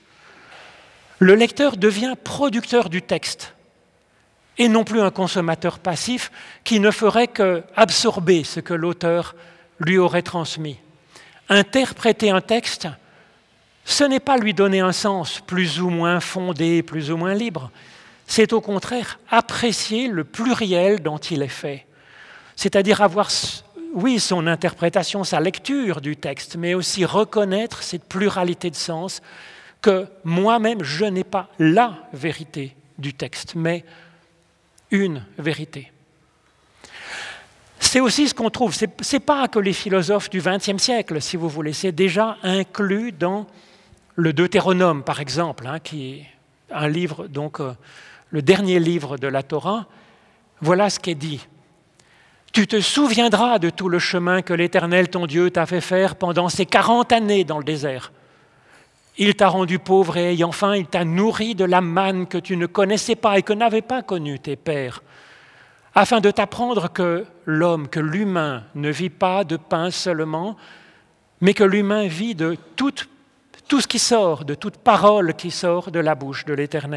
Speaker 1: Le lecteur devient producteur du texte et non plus un consommateur passif qui ne ferait qu'absorber ce que l'auteur lui aurait transmis. Interpréter un texte, ce n'est pas lui donner un sens plus ou moins fondé, plus ou moins libre. C'est au contraire apprécier le pluriel dont il est fait. C'est-à-dire avoir, oui, son interprétation, sa lecture du texte, mais aussi reconnaître cette pluralité de sens que moi-même, je n'ai pas la vérité du texte, mais une vérité. C'est aussi ce qu'on trouve, ce n'est pas que les philosophes du vingtième siècle, si vous voulez, c'est déjà inclus dans le Deutéronome, par exemple, hein, qui est un livre, donc euh, le dernier livre de la Torah. Voilà ce qui est dit. « Tu te souviendras de tout le chemin que l'Éternel, ton Dieu, t'a fait faire pendant ces quarante années dans le désert. Il t'a rendu pauvre et ayant faim, il t'a nourri de la manne que tu ne connaissais pas et que n'avaient pas connue tes pères, afin de t'apprendre que l'homme, que l'humain ne vit pas de pain seulement, mais que l'humain vit de tout, tout ce qui sort, de toute parole qui sort de la bouche de l'Éternel. »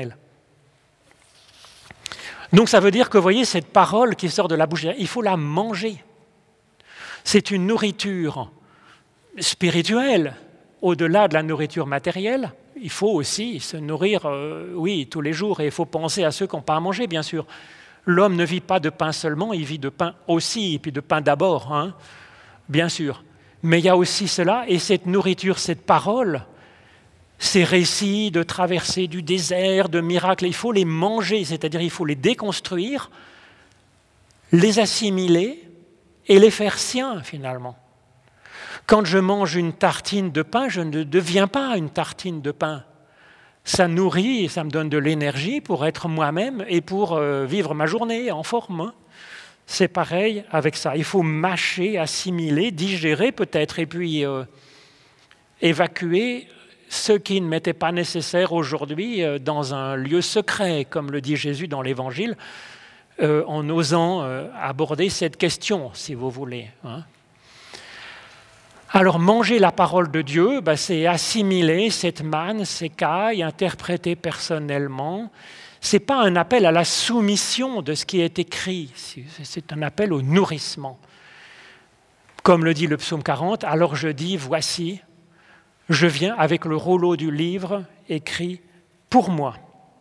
Speaker 1: Donc ça veut dire que, vous voyez, cette parole qui sort de la bouche, il faut la manger. C'est une nourriture spirituelle. Au-delà de la nourriture matérielle, il faut aussi se nourrir, euh, oui, tous les jours, et il faut penser à ceux qui n'ont pas à manger, bien sûr. L'homme ne vit pas de pain seulement, il vit de pain aussi, et puis de pain d'abord, hein, bien sûr. Mais il y a aussi cela, et cette nourriture, cette parole, ces récits de traversée du désert, de miracles, il faut les manger, c'est-à-dire il faut les déconstruire, les assimiler et les faire siens, finalement. Quand je mange une tartine de pain, je ne deviens pas une tartine de pain. Ça nourrit et ça me donne de l'énergie pour être moi-même et pour euh, vivre ma journée en forme. Hein. C'est pareil avec ça. Il faut mâcher, assimiler, digérer peut-être et puis euh, évacuer ce qui ne m'était pas nécessaire aujourd'hui euh, dans un lieu secret, comme le dit Jésus dans l'Évangile, euh, en osant euh, aborder cette question, si vous voulez. Hein. Alors, manger la parole de Dieu, ben, c'est assimiler cette manne, ces cailles, interpréter personnellement. Ce n'est pas un appel à la soumission de ce qui est écrit, c'est un appel au nourrissement. Comme le dit le psaume quarante, « Alors je dis, voici, je viens avec le rouleau du livre écrit pour moi. »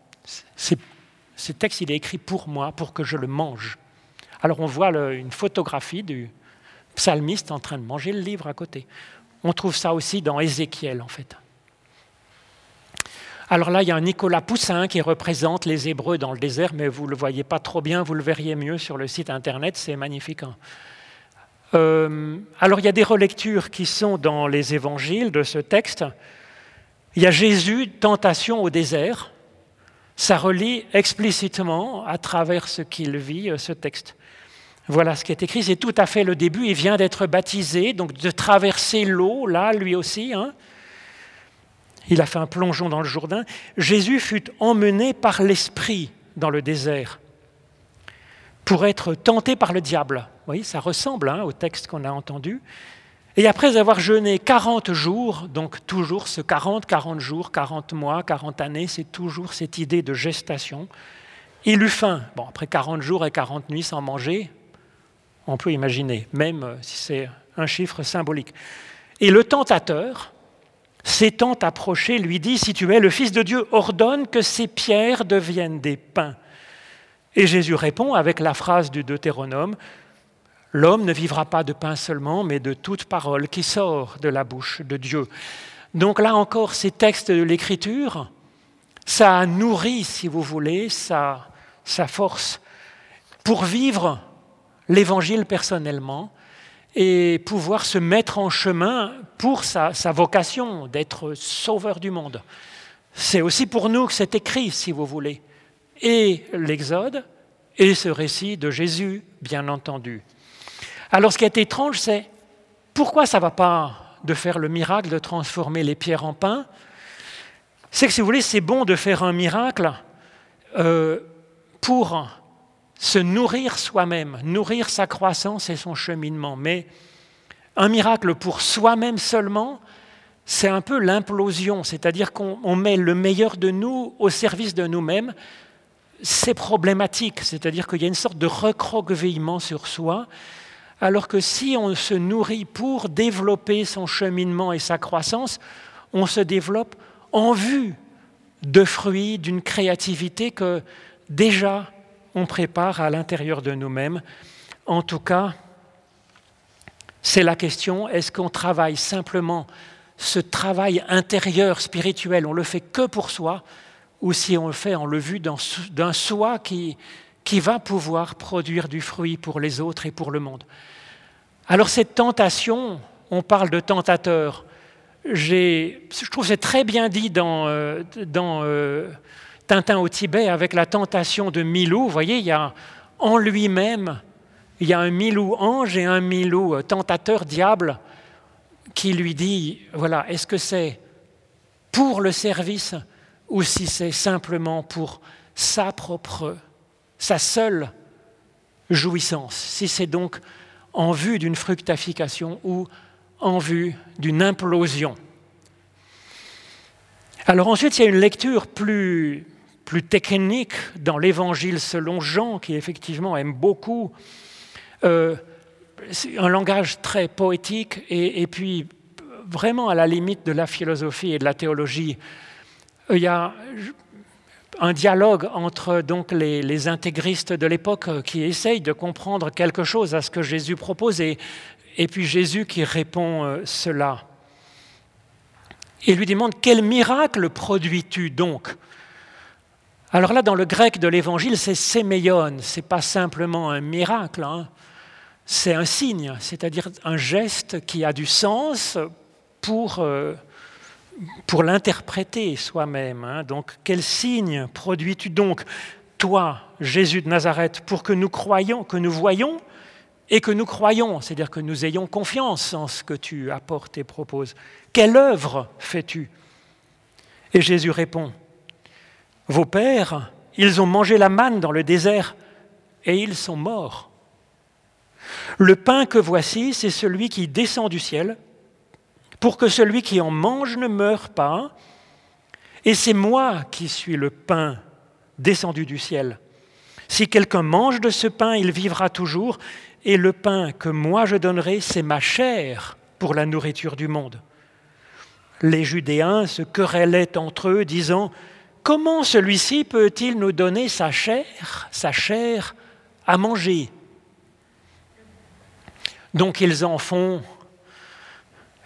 Speaker 1: Ce texte, il est écrit pour moi, pour que je le mange. Alors on voit le, une photographie du psalmiste en train de manger le livre à côté. On trouve ça aussi dans Ézéchiel, en fait. Alors là, il y a un Nicolas Poussin qui représente les Hébreux dans le désert, mais vous ne le voyez pas trop bien, vous le verriez mieux sur le site internet, c'est magnifique. Hein. Euh, alors il y a des relectures qui sont dans les évangiles de ce texte. Il y a Jésus, tentation au désert. Ça relie explicitement à travers ce qu'il vit ce texte. Voilà ce qui est écrit, c'est tout à fait le début. Il vient d'être baptisé, donc de traverser l'eau, là, lui aussi. Hein. Il a fait un plongeon dans le Jourdain. Jésus fut emmené par l'Esprit dans le désert pour être tenté par le diable. Vous voyez, ça ressemble hein, au texte qu'on a entendu. Et après avoir jeûné quarante jours, donc toujours ce quarante, quarante jours, quarante mois, quarante années, c'est toujours cette idée de gestation, il eut faim. Bon, après quarante jours et quarante nuits sans manger, on peut imaginer, même si c'est un chiffre symbolique. Et le tentateur, s'étant approché, lui dit « Si tu es le Fils de Dieu, ordonne que ces pierres deviennent des pains. » Et Jésus répond avec la phrase du Deutéronome « L'homme ne vivra pas de pain seulement, mais de toute parole qui sort de la bouche de Dieu. » Donc là encore, ces textes de l'Écriture, ça a nourri, si vous voulez, sa, sa force pour vivre l'Évangile personnellement et pouvoir se mettre en chemin pour sa, sa vocation d'être sauveur du monde. C'est aussi pour nous que c'est écrit, si vous voulez. Et l'Exode, et ce récit de Jésus, bien entendu. Alors ce qui est étrange, c'est pourquoi ça ne va pas de faire le miracle de transformer les pierres en pain? C'est que, si vous voulez, c'est bon de faire un miracle euh, pour se nourrir soi-même, nourrir sa croissance et son cheminement. Mais un miracle pour soi-même seulement, c'est un peu l'implosion, c'est-à-dire qu'on met le meilleur de nous au service de nous-mêmes. C'est problématique, c'est-à-dire qu'il y a une sorte de recroquevillement sur soi, alors que si on se nourrit pour développer son cheminement et sa croissance, on se développe en vue de fruits, d'une créativité que déjà on prépare à l'intérieur de nous-mêmes. En tout cas, c'est la question, est-ce qu'on travaille simplement ce travail intérieur, spirituel, on le fait que pour soi, ou si on le fait en le vue d'un soi qui, qui va pouvoir produire du fruit pour les autres et pour le monde. Alors cette tentation, on parle de tentateur. J'ai, je trouve que c'est très bien dit dans, euh, dans euh, Tintin au Tibet avec la tentation de Milou. Vous voyez, il y a en lui-même, il y a un Milou ange et un Milou tentateur diable qui lui dit, voilà, est-ce que c'est pour le service ou si c'est simplement pour sa propre, sa seule jouissance, si c'est donc en vue d'une fructification ou en vue d'une implosion. Alors ensuite, il y a une lecture plus, plus technique dans l'Évangile selon Jean, qui effectivement aime beaucoup euh, un langage très poétique et, et puis vraiment à la limite de la philosophie et de la théologie. Il y a un dialogue entre donc, les, les intégristes de l'époque qui essayent de comprendre quelque chose à ce que Jésus propose et, et puis Jésus qui répond euh, cela. Il lui demande « Quel miracle produis-tu donc ?» Alors là, dans le grec de l'Évangile, c'est séméion, ce n'est pas simplement un miracle, hein. C'est un signe, c'est-à-dire un geste qui a du sens pour... Euh, pour l'interpréter soi-même. Hein. Donc, quel signe produis-tu donc, toi, Jésus de Nazareth, pour que nous croyions, que nous voyions et que nous croyons, c'est-à-dire que nous ayons confiance en ce que tu apportes et proposes. Quelle œuvre fais-tu? Et Jésus répond, « Vos pères, ils ont mangé la manne dans le désert et ils sont morts. Le pain que voici, c'est celui qui descend du ciel, pour que celui qui en mange ne meure pas. Et c'est moi qui suis le pain descendu du ciel. Si quelqu'un mange de ce pain, il vivra toujours. Et le pain que moi je donnerai, c'est ma chair pour la nourriture du monde. » Les Judéens se querellaient entre eux, disant « Comment celui-ci peut-il nous donner sa chair, sa chair à manger ?» Donc ils en font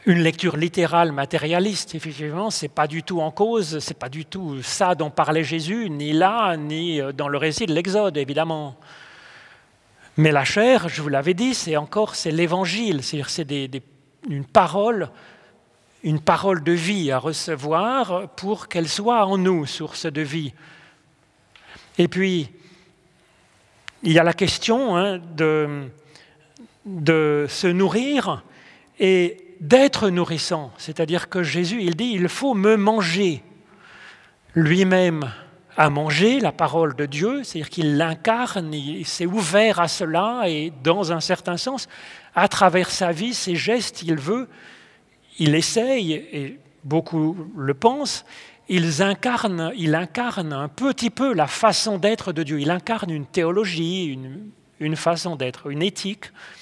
Speaker 1: une lecture littérale matérialiste, effectivement, ce n'est pas du tout en cause, ce n'est pas du tout ça dont parlait Jésus, ni là, ni dans le récit de l'Exode, évidemment. Mais la chair, je vous l'avais dit, c'est encore c'est l'Évangile, c'est-à-dire c'est des, des, une parole, une parole de vie à recevoir pour qu'elle soit en nous, source de vie. Et puis, il y a la question hein, de, de se nourrir et d'être nourrissant. C'est-à-dire que Jésus, il dit, il faut me manger. Lui-même a mangé la parole de Dieu, c'est-à-dire qu'il l'incarne, il s'est ouvert à cela et dans un certain sens, à travers sa vie, ses gestes, il veut, il essaye, et beaucoup le pensent, il incarne, il incarne un petit peu la façon d'être de Dieu. Il incarne une théologie, une, une façon d'être, une éthique.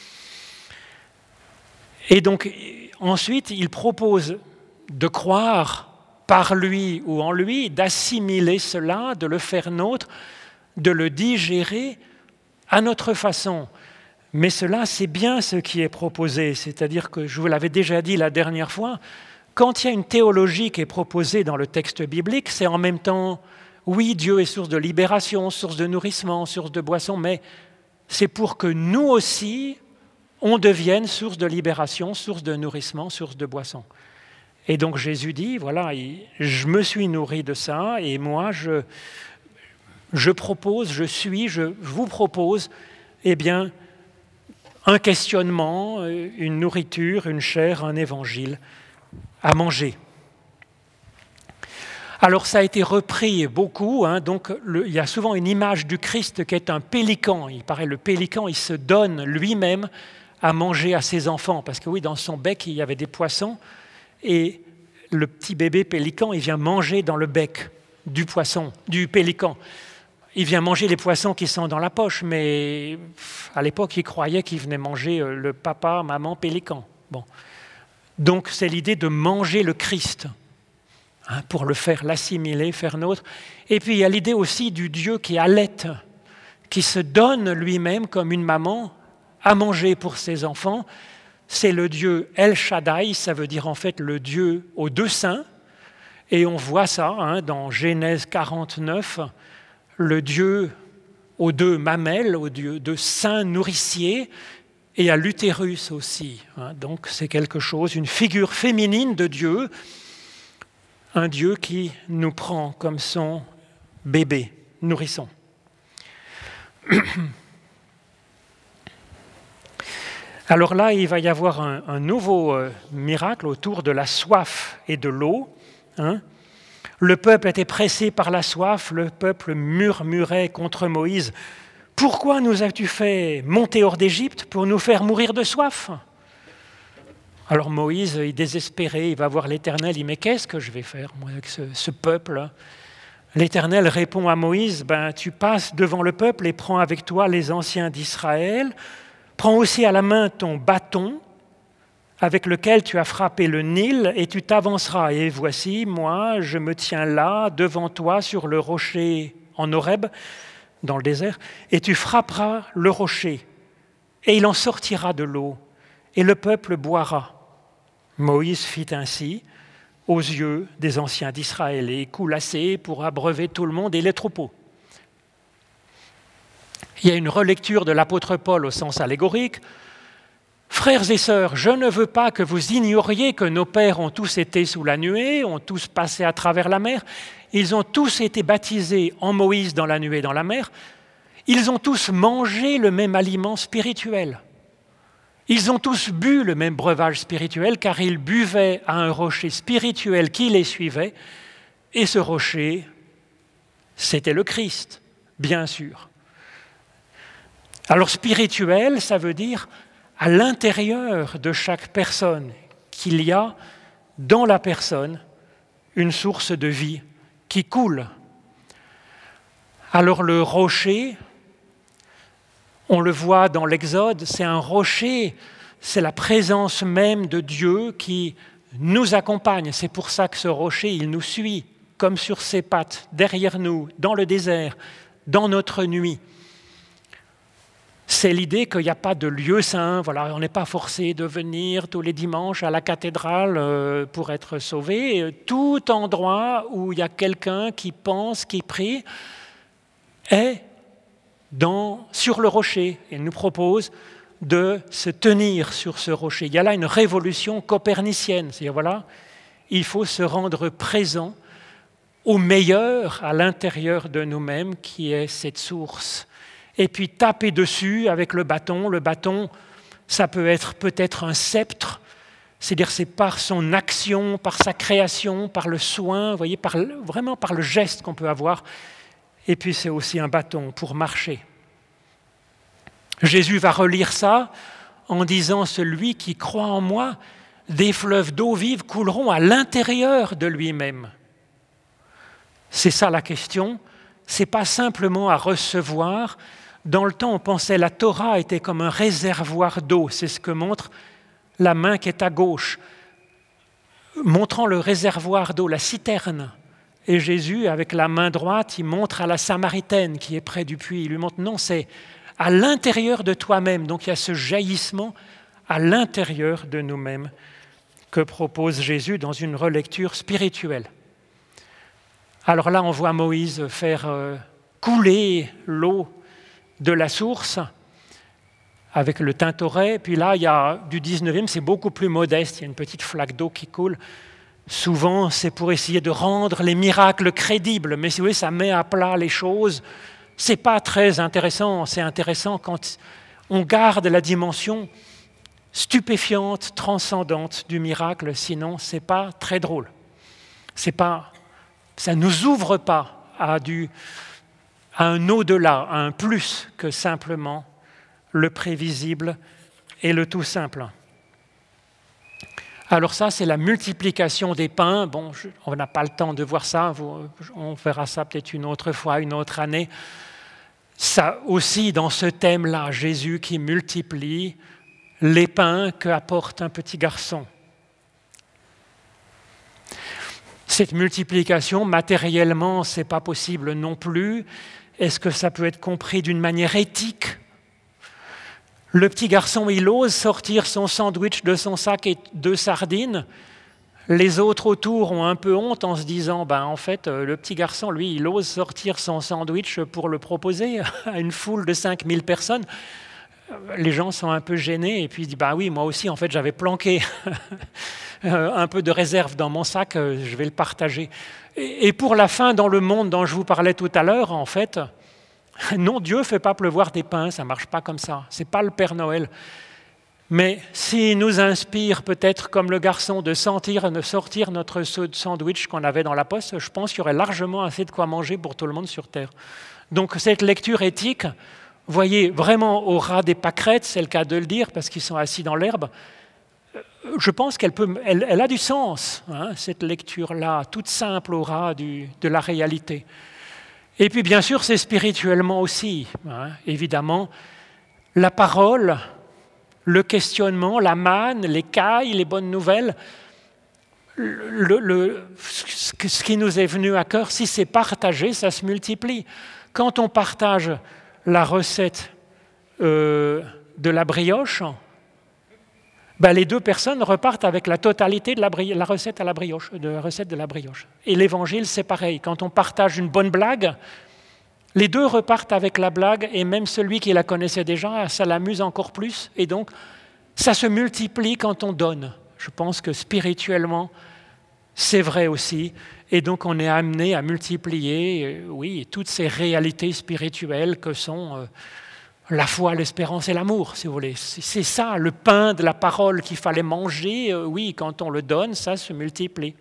Speaker 1: Et donc, ensuite, il propose de croire par lui ou en lui, d'assimiler cela, de le faire nôtre, de le digérer à notre façon. Mais cela, c'est bien ce qui est proposé. C'est-à-dire que, je vous l'avais déjà dit la dernière fois, quand il y a une théologie qui est proposée dans le texte biblique, c'est en même temps, oui, Dieu est source de libération, source de nourrissement, source de boisson, mais c'est pour que nous aussi, on devienne source de libération, source de nourrissement, source de boisson. Et donc Jésus dit, voilà, je me suis nourri de ça, et moi, je, je propose, je suis, je vous propose, eh bien, un questionnement, une nourriture, une chair, un évangile à manger. Alors ça a été repris beaucoup, hein, donc le, il y a souvent une image du Christ qui est un pélican. Il paraît le pélican, il se donne lui-même à manger à ses enfants, parce que oui, dans son bec, il y avait des poissons, et le petit bébé pélican, il vient manger dans le bec du poisson, du pélican. Il vient manger les poissons qui sont dans la poche, mais à l'époque, il croyait qu'il venait manger le papa, maman, pélican. Bon. Donc, c'est l'idée de manger le Christ, hein, pour le faire, l'assimiler, faire nôtre. Et puis, il y a l'idée aussi du Dieu qui allaite, qui se donne lui-même comme une maman à manger pour ses enfants. C'est le Dieu El Shaddai, ça veut dire en fait le Dieu aux deux seins. Et on voit ça hein, dans Genèse quarante-neuf, le Dieu aux deux mamelles, au Dieu de seins nourriciers, et à l'utérus aussi. Hein. Donc c'est quelque chose, une figure féminine de Dieu, un Dieu qui nous prend comme son bébé, nourrisson. Alors là, il va y avoir un, un nouveau euh, miracle autour de la soif et de l'eau. Hein. Le peuple était pressé par la soif, le peuple murmurait contre Moïse. « Pourquoi nous as-tu fait monter hors d'Égypte pour nous faire mourir de soif ?» Alors Moïse, il est désespéré, il va voir l'Éternel, il dit « Mais qu'est-ce que je vais faire moi, avec ce, ce peuple ?» L'Éternel répond à Moïse ben, « Tu passes devant le peuple et prends avec toi les anciens d'Israël. Prends aussi à la main ton bâton avec lequel tu as frappé le Nil et tu t'avanceras. Et voici, moi, je me tiens là devant toi sur le rocher en Horeb, dans le désert, et tu frapperas le rocher, et il en sortira de l'eau, et le peuple boira. » Moïse fit ainsi aux yeux des anciens d'Israël, et coule assez pour abreuver tout le monde et les troupeaux. Il y a une relecture de l'apôtre Paul au sens allégorique. « Frères et sœurs, je ne veux pas que vous ignoriez que nos pères ont tous été sous la nuée, ont tous passé à travers la mer. Ils ont tous été baptisés en Moïse dans la nuée et dans la mer. Ils ont tous mangé le même aliment spirituel. Ils ont tous bu le même breuvage spirituel car ils buvaient à un rocher spirituel qui les suivait. Et ce rocher, c'était le Christ, bien sûr. Alors spirituel, ça veut dire à l'intérieur de chaque personne qu'il y a dans la personne une source de vie qui coule. Alors le rocher, on le voit dans l'Exode, c'est un rocher, c'est la présence même de Dieu qui nous accompagne. C'est pour ça que ce rocher, il nous suit, comme sur ses pattes, derrière nous, dans le désert, dans notre nuit. c'est l'idée qu'il n'y a pas de lieu saint. Voilà, on n'est pas forcé de venir tous les dimanches à la cathédrale euh, pour être sauvé. Tout endroit où il y a quelqu'un qui pense, qui prie, est dans, sur le rocher. Il nous propose de se tenir sur ce rocher. Il y a là une révolution copernicienne. C'est-à-dire, voilà, il faut se rendre présent au meilleur à l'intérieur de nous-mêmes, qui est cette source. Et puis taper dessus avec le bâton. Le bâton, ça peut être peut-être un sceptre, c'est-à-dire c'est par son action, par sa création, par le soin, vous voyez, par, vraiment par le geste qu'on peut avoir. Et puis c'est aussi un bâton pour marcher. Jésus va relire ça en disant « Celui qui croit en moi, des fleuves d'eau vive couleront à l'intérieur de lui-même. » C'est ça la question. Ce n'est pas simplement à recevoir. Dans le temps, on pensait que la Torah était comme un réservoir d'eau. C'est ce que montre la main qui est à gauche, montrant le réservoir d'eau, la citerne. Et Jésus, avec la main droite, il montre à la Samaritaine qui est près du puits. Il lui montre, non, c'est à l'intérieur de toi-même. Donc il y a ce jaillissement à l'intérieur de nous-mêmes que propose Jésus dans une relecture spirituelle. Alors là, on voit Moïse faire euh, couler l'eau de la source avec le Tintoret. Puis là, il y a du dix-neuvième, c'est beaucoup plus modeste. Il y a une petite flaque d'eau qui coule. Souvent, c'est pour essayer de rendre les miracles crédibles. Mais si vous voyez, ça met à plat les choses. Ce n'est pas très intéressant. C'est intéressant quand on garde la dimension stupéfiante, transcendante du miracle. Sinon, ce n'est pas très drôle. C'est pas, ça ne nous ouvre pas à, du, à un au-delà, à un plus que simplement le prévisible et le tout simple. Alors ça, c'est la multiplication des pains. Bon, je, on n'a pas le temps de voir ça. Vous, on verra ça peut-être une autre fois, une autre année. Ça aussi, dans ce thème-là, Jésus qui multiplie les pains qu'apporte un petit garçon. Cette multiplication, matériellement, ce n'est pas possible non plus. Est-ce que ça peut être compris d'une manière éthique ? Le petit garçon, il ose sortir son sandwich de son sac et deux sardines. Les autres autour ont un peu honte en se disant, ben, en fait, le petit garçon, lui, il ose sortir son sandwich pour le proposer à une foule de cinq mille personnes. Les gens sont un peu gênés et puis ils disent, ben oui, moi aussi, en fait, j'avais planqué un peu de réserve dans mon sac, je vais le partager. Et pour la fin dans le monde dont je vous parlais tout à l'heure, en fait, non, Dieu ne fait pas pleuvoir des pains, ça ne marche pas comme ça. Ce n'est pas le Père Noël. Mais s'il nous inspire peut-être comme le garçon de sentir, de sortir notre sandwich qu'on avait dans la poste, je pense qu'il y aurait largement assez de quoi manger pour tout le monde sur Terre. Donc cette lecture éthique, voyez, vraiment au ras des pâquerettes, c'est le cas de le dire, parce qu'ils sont assis dans l'herbe, je pense qu'elle peut, elle, elle a du sens, hein, cette lecture-là, toute simple au ras du, de la réalité. Et puis bien sûr, c'est spirituellement aussi, hein, évidemment, la parole, le questionnement, la manne, les cailles, les bonnes nouvelles, le, le, ce qui nous est venu à cœur, si c'est partagé, ça se multiplie. Quand on partage la recette euh, de la brioche, ben les deux personnes repartent avec la totalité de la, bri- la recette à la brioche, de la recette de la brioche. Et l'évangile, c'est pareil. Quand on partage une bonne blague, les deux repartent avec la blague, et même celui qui la connaissait déjà, ça l'amuse encore plus. Et donc, ça se multiplie quand on donne. Je pense que spirituellement, c'est vrai aussi. Et donc, on est amené à multiplier, euh, oui, toutes ces réalités spirituelles que sont euh, la foi, l'espérance et l'amour, si vous voulez. C'est ça, le pain de la parole qu'il fallait manger. Euh, oui, quand on le donne, ça se multiplie.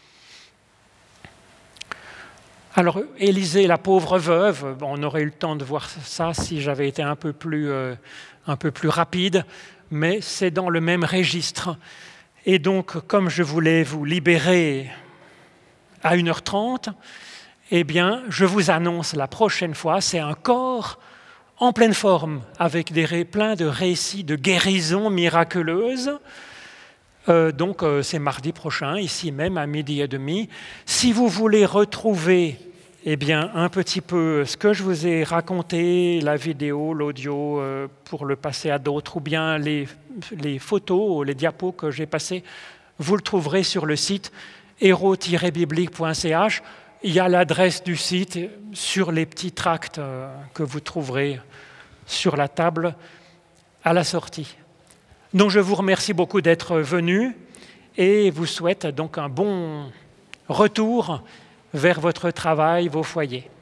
Speaker 1: Alors, Élisée, la pauvre veuve, on aurait eu le temps de voir ça si j'avais été un peu plus, euh, un peu plus rapide, mais c'est dans le même registre. Et donc, comme je voulais vous libérer à une heure trente, eh bien, je vous annonce la prochaine fois, c'est un corps en pleine forme, avec des ré, plein de récits de guérisons miraculeuses. Euh, donc, euh, c'est mardi prochain, ici même, à midi et demi. Si vous voulez retrouver eh bien, un petit peu ce que je vous ai raconté, la vidéo, l'audio, euh, pour le passer à d'autres, ou bien les, les photos, les diapos que j'ai passées, vous le trouverez sur le site héros tiret biblique point c h. Il y a l'adresse du site sur les petits tracts euh, que vous trouverez sur la table à la sortie. Donc je vous remercie beaucoup d'être venus et vous souhaite donc un bon retour vers votre travail, vos foyers.